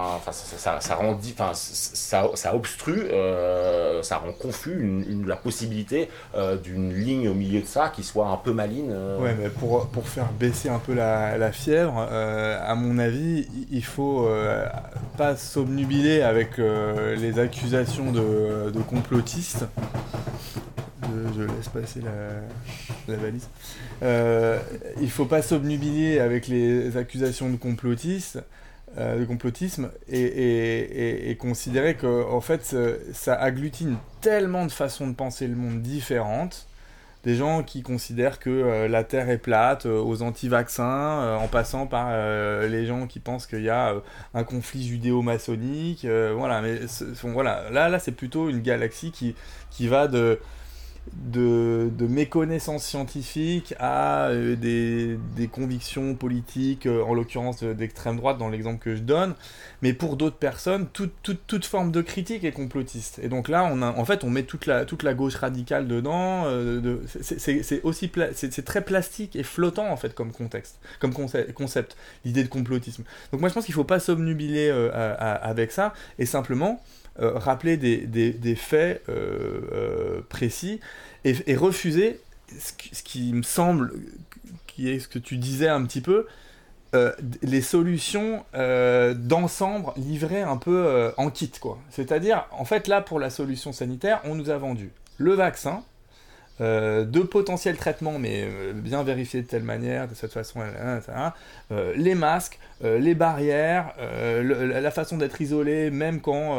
ça obstrue, ça rend confus la possibilité d'une ligne au milieu de ça qui soit un peu maligne. Ouais, mais pour faire baisser un peu la fièvre, à mon avis, il faut pas s'obnubiler avec les accusations de complotistes. Je laisse passer la valise. Il faut pas s'obnubiler avec les accusations de complotisme et considérer que en fait ça agglutine tellement de façons de penser le monde différentes. Des gens qui considèrent que la Terre est plate, aux anti-vaccins, en passant par les gens qui pensent qu'il y a un conflit judéo-maçonnique. Voilà, mais voilà, là c'est plutôt une galaxie qui va de méconnaissances scientifiques à des convictions politiques, en l'occurrence d'extrême droite dans l'exemple que je donne, mais pour d'autres personnes, toute forme de critique est complotiste. Et donc là, on met toute la gauche radicale dedans, c'est très plastique et flottant en fait comme concept, l'idée de complotisme. Donc moi je pense qu'il ne faut pas s'obnubiler avec ça, et simplement rappeler des faits précis et refuser ce qui me semble qui est ce que tu disais un petit peu, les solutions d'ensemble livrées un peu en kit, quoi. C'est-à-dire, en fait, là, pour la solution sanitaire, on nous a vendu le vaccin, de potentiels traitements, mais bien vérifiés de telle manière, de cette façon, les masques, les barrières, la façon d'être isolé, même quand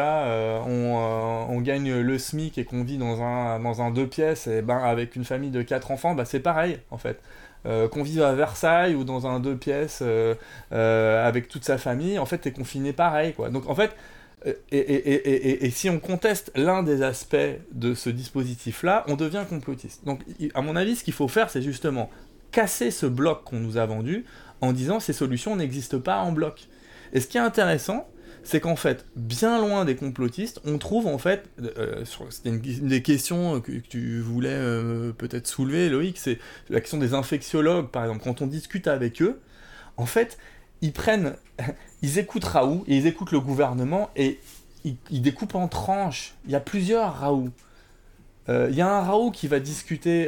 on gagne le SMIC et qu'on vit dans un 2 pièces, et avec une famille de 4 enfants, c'est pareil en fait. Qu'on vive à Versailles ou dans un 2 pièces avec toute sa famille, en fait t'es confiné pareil, quoi. Donc en fait, et si on conteste l'un des aspects de ce dispositif-là, on devient complotiste. Donc, à mon avis, ce qu'il faut faire, c'est justement casser ce bloc qu'on nous a vendu en disant ces solutions n'existent pas en bloc. Et ce qui est intéressant, c'est qu'en fait, bien loin des complotistes, on trouve en fait, c'était une des questions que tu voulais peut-être soulever, Loïc, c'est la question des infectiologues, par exemple. Quand on discute avec eux, en fait, ils écoutent Raoult et ils écoutent le gouvernement et ils découpent en tranches. Il y a plusieurs Raoult. Il y a un Raoult qui va discuter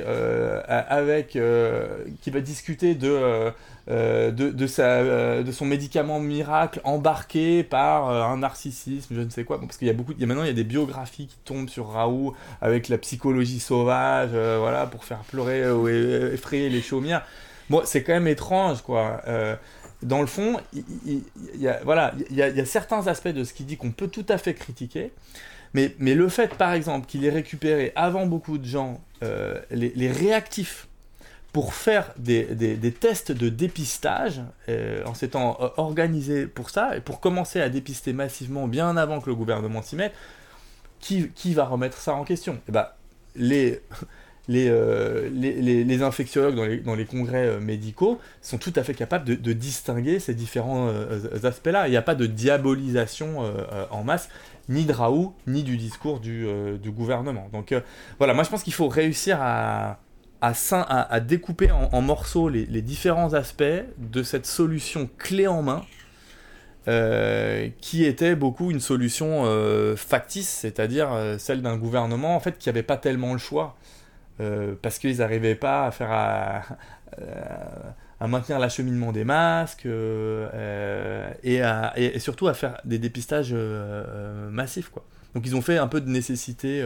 de son médicament miracle embarqué par un narcissisme, je ne sais quoi. Bon, parce qu'il y a maintenant il y a des biographies qui tombent sur Raoult avec la psychologie sauvage, voilà, pour faire pleurer ou effrayer les chaumières. Bon, c'est quand même étrange, quoi. Dans le fond, il y a certains aspects de ce qu'il dit qu'on peut tout à fait critiquer, mais le fait, par exemple, qu'il ait récupéré avant beaucoup de gens les réactifs pour faire des tests de dépistage, en s'étant organisé pour ça, et pour commencer à dépister massivement bien avant que le gouvernement s'y mette, qui va remettre ça en question ? Les infectiologues dans les congrès médicaux sont tout à fait capables de distinguer ces différents aspects-là. Il n'y a pas de diabolisation en masse, ni de Raoult, ni du discours du gouvernement. Donc voilà, moi je pense qu'il faut réussir à découper en morceaux les différents aspects de cette solution clé en main, qui était beaucoup une solution factice, c'est-à-dire celle d'un gouvernement en fait, qui n'avait pas tellement le choix. Parce qu'ils n'arrivaient pas à maintenir l'acheminement des masques et surtout à faire des dépistages massifs, quoi. Donc ils ont fait un peu de nécessité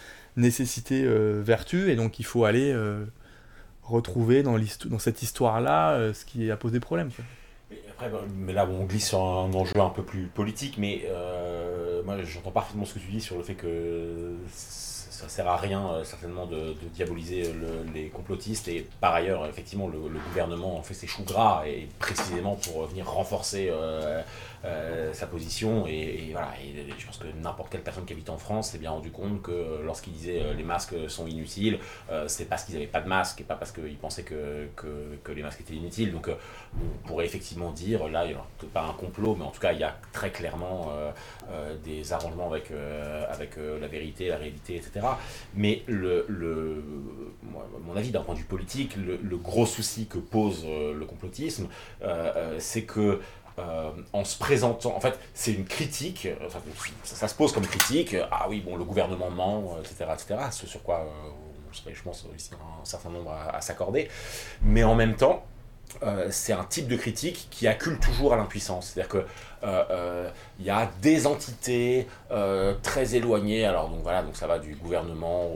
vertu, et donc il faut aller retrouver dans cette histoire-là ce qui a posé problème, quoi. Après, mais là on glisse sur un enjeu un peu plus politique, mais moi j'entends parfaitement ce que tu dis sur le fait que ça sert à rien certainement de diaboliser les complotistes, et par ailleurs effectivement le gouvernement en fait ses choux gras, et précisément pour venir renforcer sa position, et voilà, et je pense que n'importe quelle personne qui habite en France s'est bien rendu compte que lorsqu'ils disaient les masques sont inutiles, c'est parce qu'ils n'avaient pas de masque et pas parce qu'ils pensaient que les masques étaient inutiles. Donc on pourrait effectivement dire, là il n'y a peut-être pas un complot, mais en tout cas il y a très clairement des des arrangements avec la vérité, la réalité, etc. Mais à mon avis, d'un point de vue politique, le gros souci que pose le complotisme, c'est que en se présentant, en fait, c'est une critique, enfin, ça se pose comme critique, ah oui, bon, le gouvernement ment, etc., ce sur quoi on serait, je pense, ici un certain nombre à s'accorder, mais en même temps, c'est un type de critique qui accule toujours à l'impuissance. C'est-à-dire que y a des entités très éloignées, alors donc voilà, donc ça va du gouvernement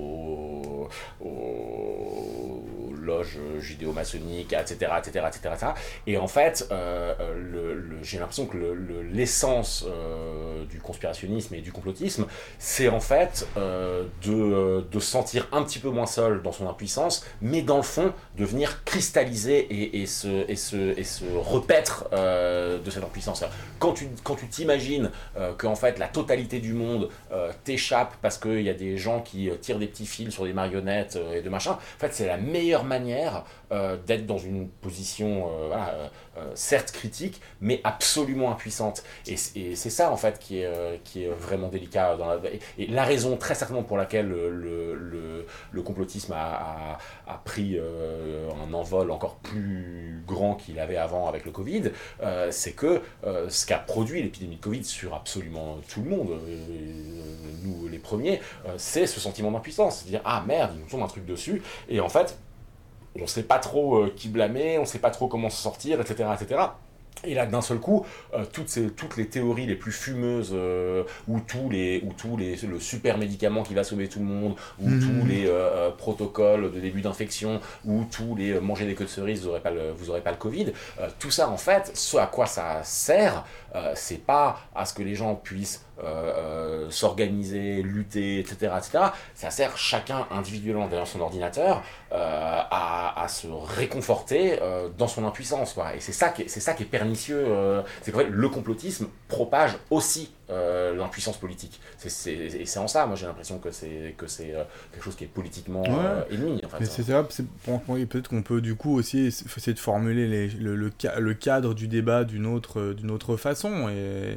aux loges judéo-maçonniques, etc., et en fait, j'ai l'impression que l'essence du conspirationnisme et du complotisme, c'est en fait de se sentir un petit peu moins seul dans son impuissance, mais dans le fond, de venir cristalliser et se repaître de cette impuissance. Quand tu t'imagines qu'en fait la totalité du monde t'échappe parce qu'il y a des gens qui tirent des petits fils sur des marionnettes et de machin, en fait c'est la meilleure manière d'être dans une position certes critique, mais absolument impuissante. Et c'est ça en fait qui est vraiment délicat. Et la raison très certainement pour laquelle le complotisme a pris un envol encore plus grand qu'il avait avant avec le Covid, c'est que ce qu'a produit l'épidémie de Covid sur absolument tout le monde, nous les premiers, c'est ce sentiment d'impuissance, c'est-à-dire ah merde, ils nous tombent un truc dessus, et en fait on sait pas trop qui blâmer, on sait pas trop comment s'en sortir, etc. Et là, d'un seul coup, toutes les théories les plus fumeuses, ou le super médicament qui va sauver tout le monde, ou tous les protocoles de début d'infection, ou tous les manger des queues de cerises, vous aurez pas le Covid, tout ça, en fait, ce à quoi ça sert, c'est pas à ce que les gens puissent s'organiser, lutter, etc. Ça sert chacun individuellement derrière son ordinateur à se réconforter dans son impuissance, quoi. Et c'est ça qui est pernicieux. C'est qu'en fait, le complotisme propage aussi l'impuissance politique. Et c'est en ça, moi j'ai l'impression que c'est quelque chose qui est politiquement ennemi. En fait. Mais c'est ça, peut-être qu'on peut du coup aussi essayer de formuler le cadre du débat d'une autre façon.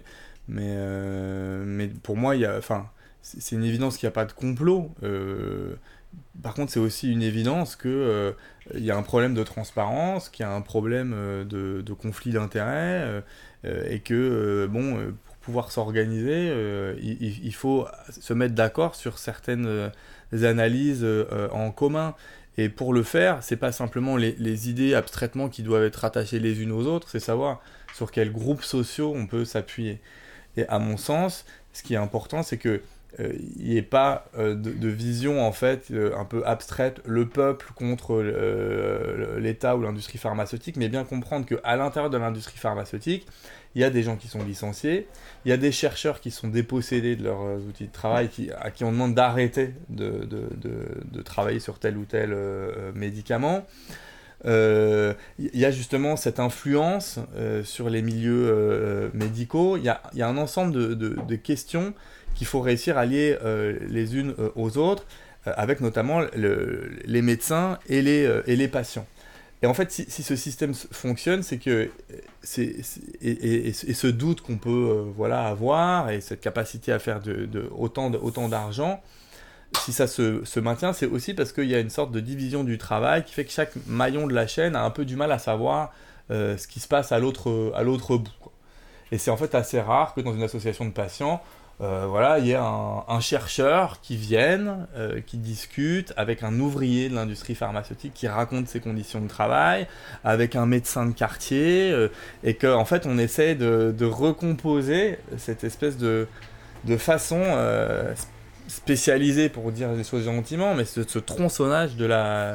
Mais pour moi, c'est une évidence qu'il n'y a pas de complot. Par contre, c'est aussi une évidence qu'il y a un problème de transparence, qu'il y a un problème de conflit d'intérêts, et que, pour pouvoir s'organiser, il faut se mettre d'accord sur certaines analyses en commun. Et pour le faire, c'est pas simplement les idées abstraitement qui doivent être rattachées les unes aux autres, c'est savoir sur quels groupes sociaux on peut s'appuyer. Et à mon sens, ce qui est important, c'est que il n'y ait pas de vision en fait un peu abstraite, le peuple contre l'État ou l'industrie pharmaceutique, mais bien comprendre qu'à l'intérieur de l'industrie pharmaceutique, il y a des gens qui sont licenciés, il y a des chercheurs qui sont dépossédés de leurs outils de travail, à qui on demande d'arrêter de travailler sur tel ou tel médicament. Il y a justement cette influence sur les milieux médicaux. Il y a un ensemble de questions qu'il faut réussir à lier les unes aux autres, avec notamment les médecins et les patients. Et en fait, si ce système fonctionne, c'est que et ce doute qu'on peut avoir, et cette capacité à faire autant d'argent, si ça se maintient, c'est aussi parce qu'il y a une sorte de division du travail qui fait que chaque maillon de la chaîne a un peu du mal à savoir ce qui se passe à l'autre bout, quoi. Et c'est en fait assez rare que dans une association de patients, il y ait un chercheur qui vienne, qui discute avec un ouvrier de l'industrie pharmaceutique qui raconte ses conditions de travail, avec un médecin de quartier, et qu'en fait on essaie de recomposer cette espèce de façon spécialisée, pour dire les choses gentiment, mais ce tronçonnage de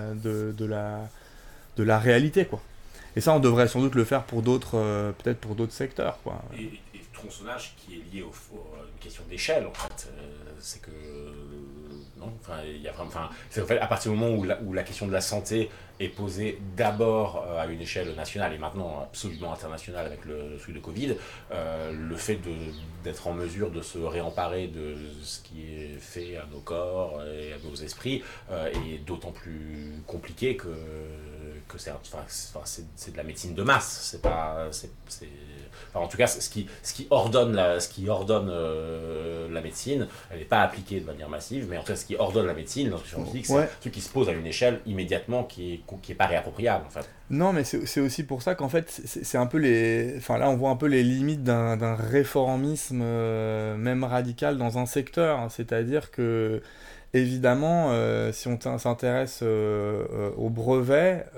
la réalité, quoi. Et ça, on devrait sans doute le faire pour peut-être pour d'autres secteurs, quoi. Et tronçonnage qui est lié à une question d'échelle, en fait. C'est que non, il y a vraiment, c'est en fait à partir du moment où la question de la santé est posée d'abord à une échelle nationale et maintenant absolument internationale avec le truc de Covid, le fait d'être en mesure de se réemparer de ce qui est fait à nos corps et à nos esprits est d'autant plus compliqué que c'est de la médecine de masse. C'est pas, en tout cas, ce qui ordonne la médecine, elle n'est pas appliquée de manière massive, mais en tout cas, ce qui ordonne la médecine, l'industrie pharmaceutique, c'est Ouais. un truc qui se pose à une échelle immédiatement qui est pas réappropriable, en fait. Non, mais c'est aussi pour ça qu'en fait, c'est un peu les... Enfin, là, on voit un peu les limites d'un réformisme, même radical, dans un secteur. Hein. C'est-à-dire que, évidemment, si on s'intéresse au brevet,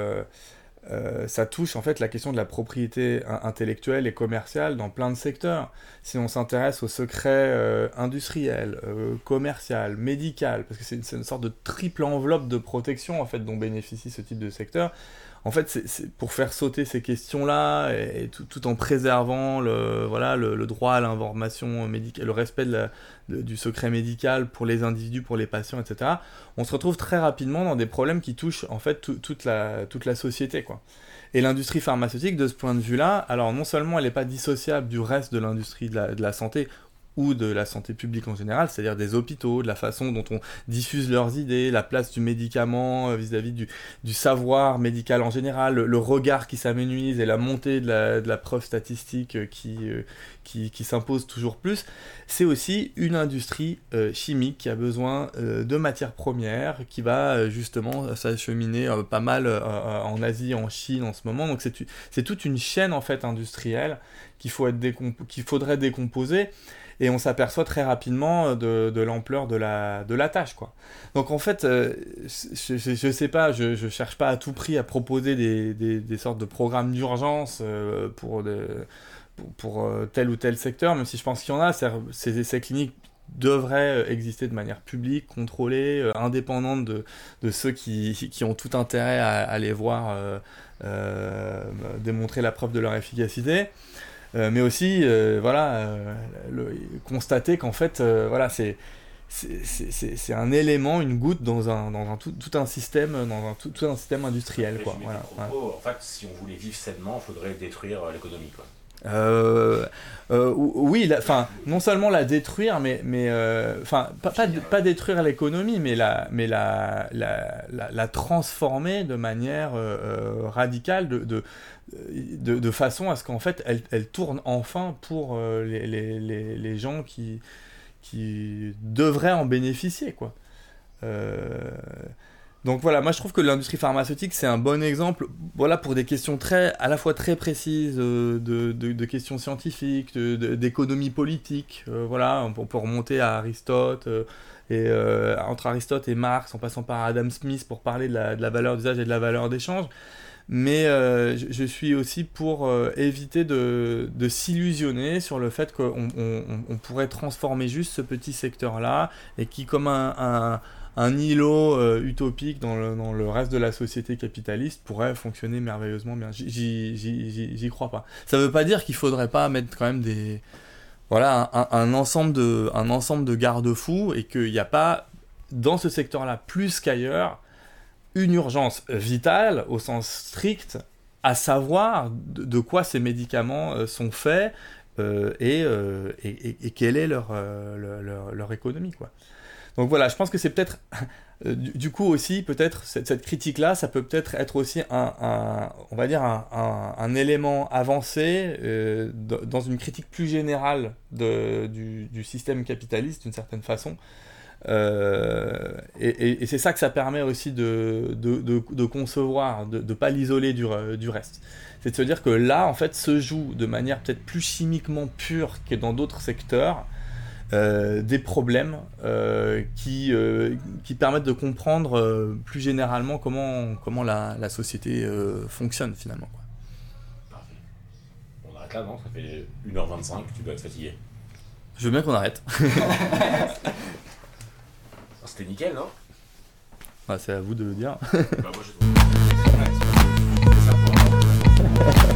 ça touche en fait la question de la propriété intellectuelle et commerciale dans plein de secteurs. Si on s'intéresse au secret industriel, commercial, médical, parce que c'est une sorte de triple enveloppe de protection en fait dont bénéficie ce type de secteur. En fait, c'est pour faire sauter ces questions-là et tout en préservant le droit à l'information médicale, le respect du secret médical pour les individus, pour les patients, etc. On se retrouve très rapidement dans des problèmes qui touchent en fait toute la société, quoi. Et l'industrie pharmaceutique, de ce point de vue-là, alors non seulement elle n'est pas dissociable du reste de l'industrie de la santé, ou de la santé publique en général, c'est-à-dire des hôpitaux, de la façon dont on diffuse leurs idées, la place du médicament vis-à-vis du savoir médical en général, le regard qui s'amenuise et la montée de la preuve statistique qui s'impose toujours plus. C'est aussi une industrie chimique qui a besoin de matières premières, qui va justement s'acheminer pas mal en Asie, en Chine en ce moment. Donc c'est toute une chaîne en fait industrielle qu'il faudrait décomposer. Et on s'aperçoit très rapidement de l'ampleur de la tâche, quoi. Donc en fait, je sais pas, je cherche pas à tout prix à proposer des sortes de programmes d'urgence pour tel ou tel secteur, même si je pense qu'il y en a. Ces essais cliniques devraient exister de manière publique, contrôlée, indépendante de ceux qui ont tout intérêt à les voir démontrer la preuve de leur efficacité. Mais aussi constater qu'en fait c'est un élément, une goutte dans tout un système industriel, quoi. Voilà. En fait, si on voulait vivre sainement, il faudrait détruire l'économie, quoi. Oui, non seulement la détruire, mais pas détruire l'économie, mais la transformer de manière radicale, de façon à ce qu'en fait elle tourne enfin pour les gens qui devraient en bénéficier, quoi. Donc voilà, moi je trouve que l'industrie pharmaceutique c'est un bon exemple, voilà, pour des questions à la fois très précises de questions scientifiques, d'économie politique. Voilà, on peut remonter à Aristote et entre Aristote et Marx, en passant par Adam Smith pour parler de la valeur d'usage et de la valeur d'échange. Mais je suis aussi pour éviter de s'illusionner sur le fait qu'on pourrait transformer juste ce petit secteur-là et qui, comme un îlot utopique dans le reste de la société capitaliste, pourrait fonctionner merveilleusement bien. J'y crois pas. Ça veut pas dire qu'il faudrait pas mettre quand même un ensemble de garde-fous, et qu'il n'y a pas, dans ce secteur-là, plus qu'ailleurs, une urgence vitale au sens strict, à savoir de quoi ces médicaments sont faits et quelle est leur économie, quoi. Donc voilà, je pense que c'est peut-être du coup aussi peut-être cette critique-là, ça peut peut-être être aussi on va dire un élément avancé dans une critique plus générale du système capitaliste d'une certaine façon. Et c'est ça que ça permet aussi de concevoir, de pas l'isoler du reste. C'est de se dire que là, en fait, se joue de manière peut-être plus chimiquement pure que dans d'autres secteurs des problèmes qui permettent de comprendre plus généralement comment la société fonctionne finalement, quoi. Parfait. On arrête là, non ? Ça fait 1h25, tu dois être fatigué. Je veux bien qu'on arrête. C'était nickel, non ? C'est à vous de le dire. Bah moi je trouve. C'est ça pour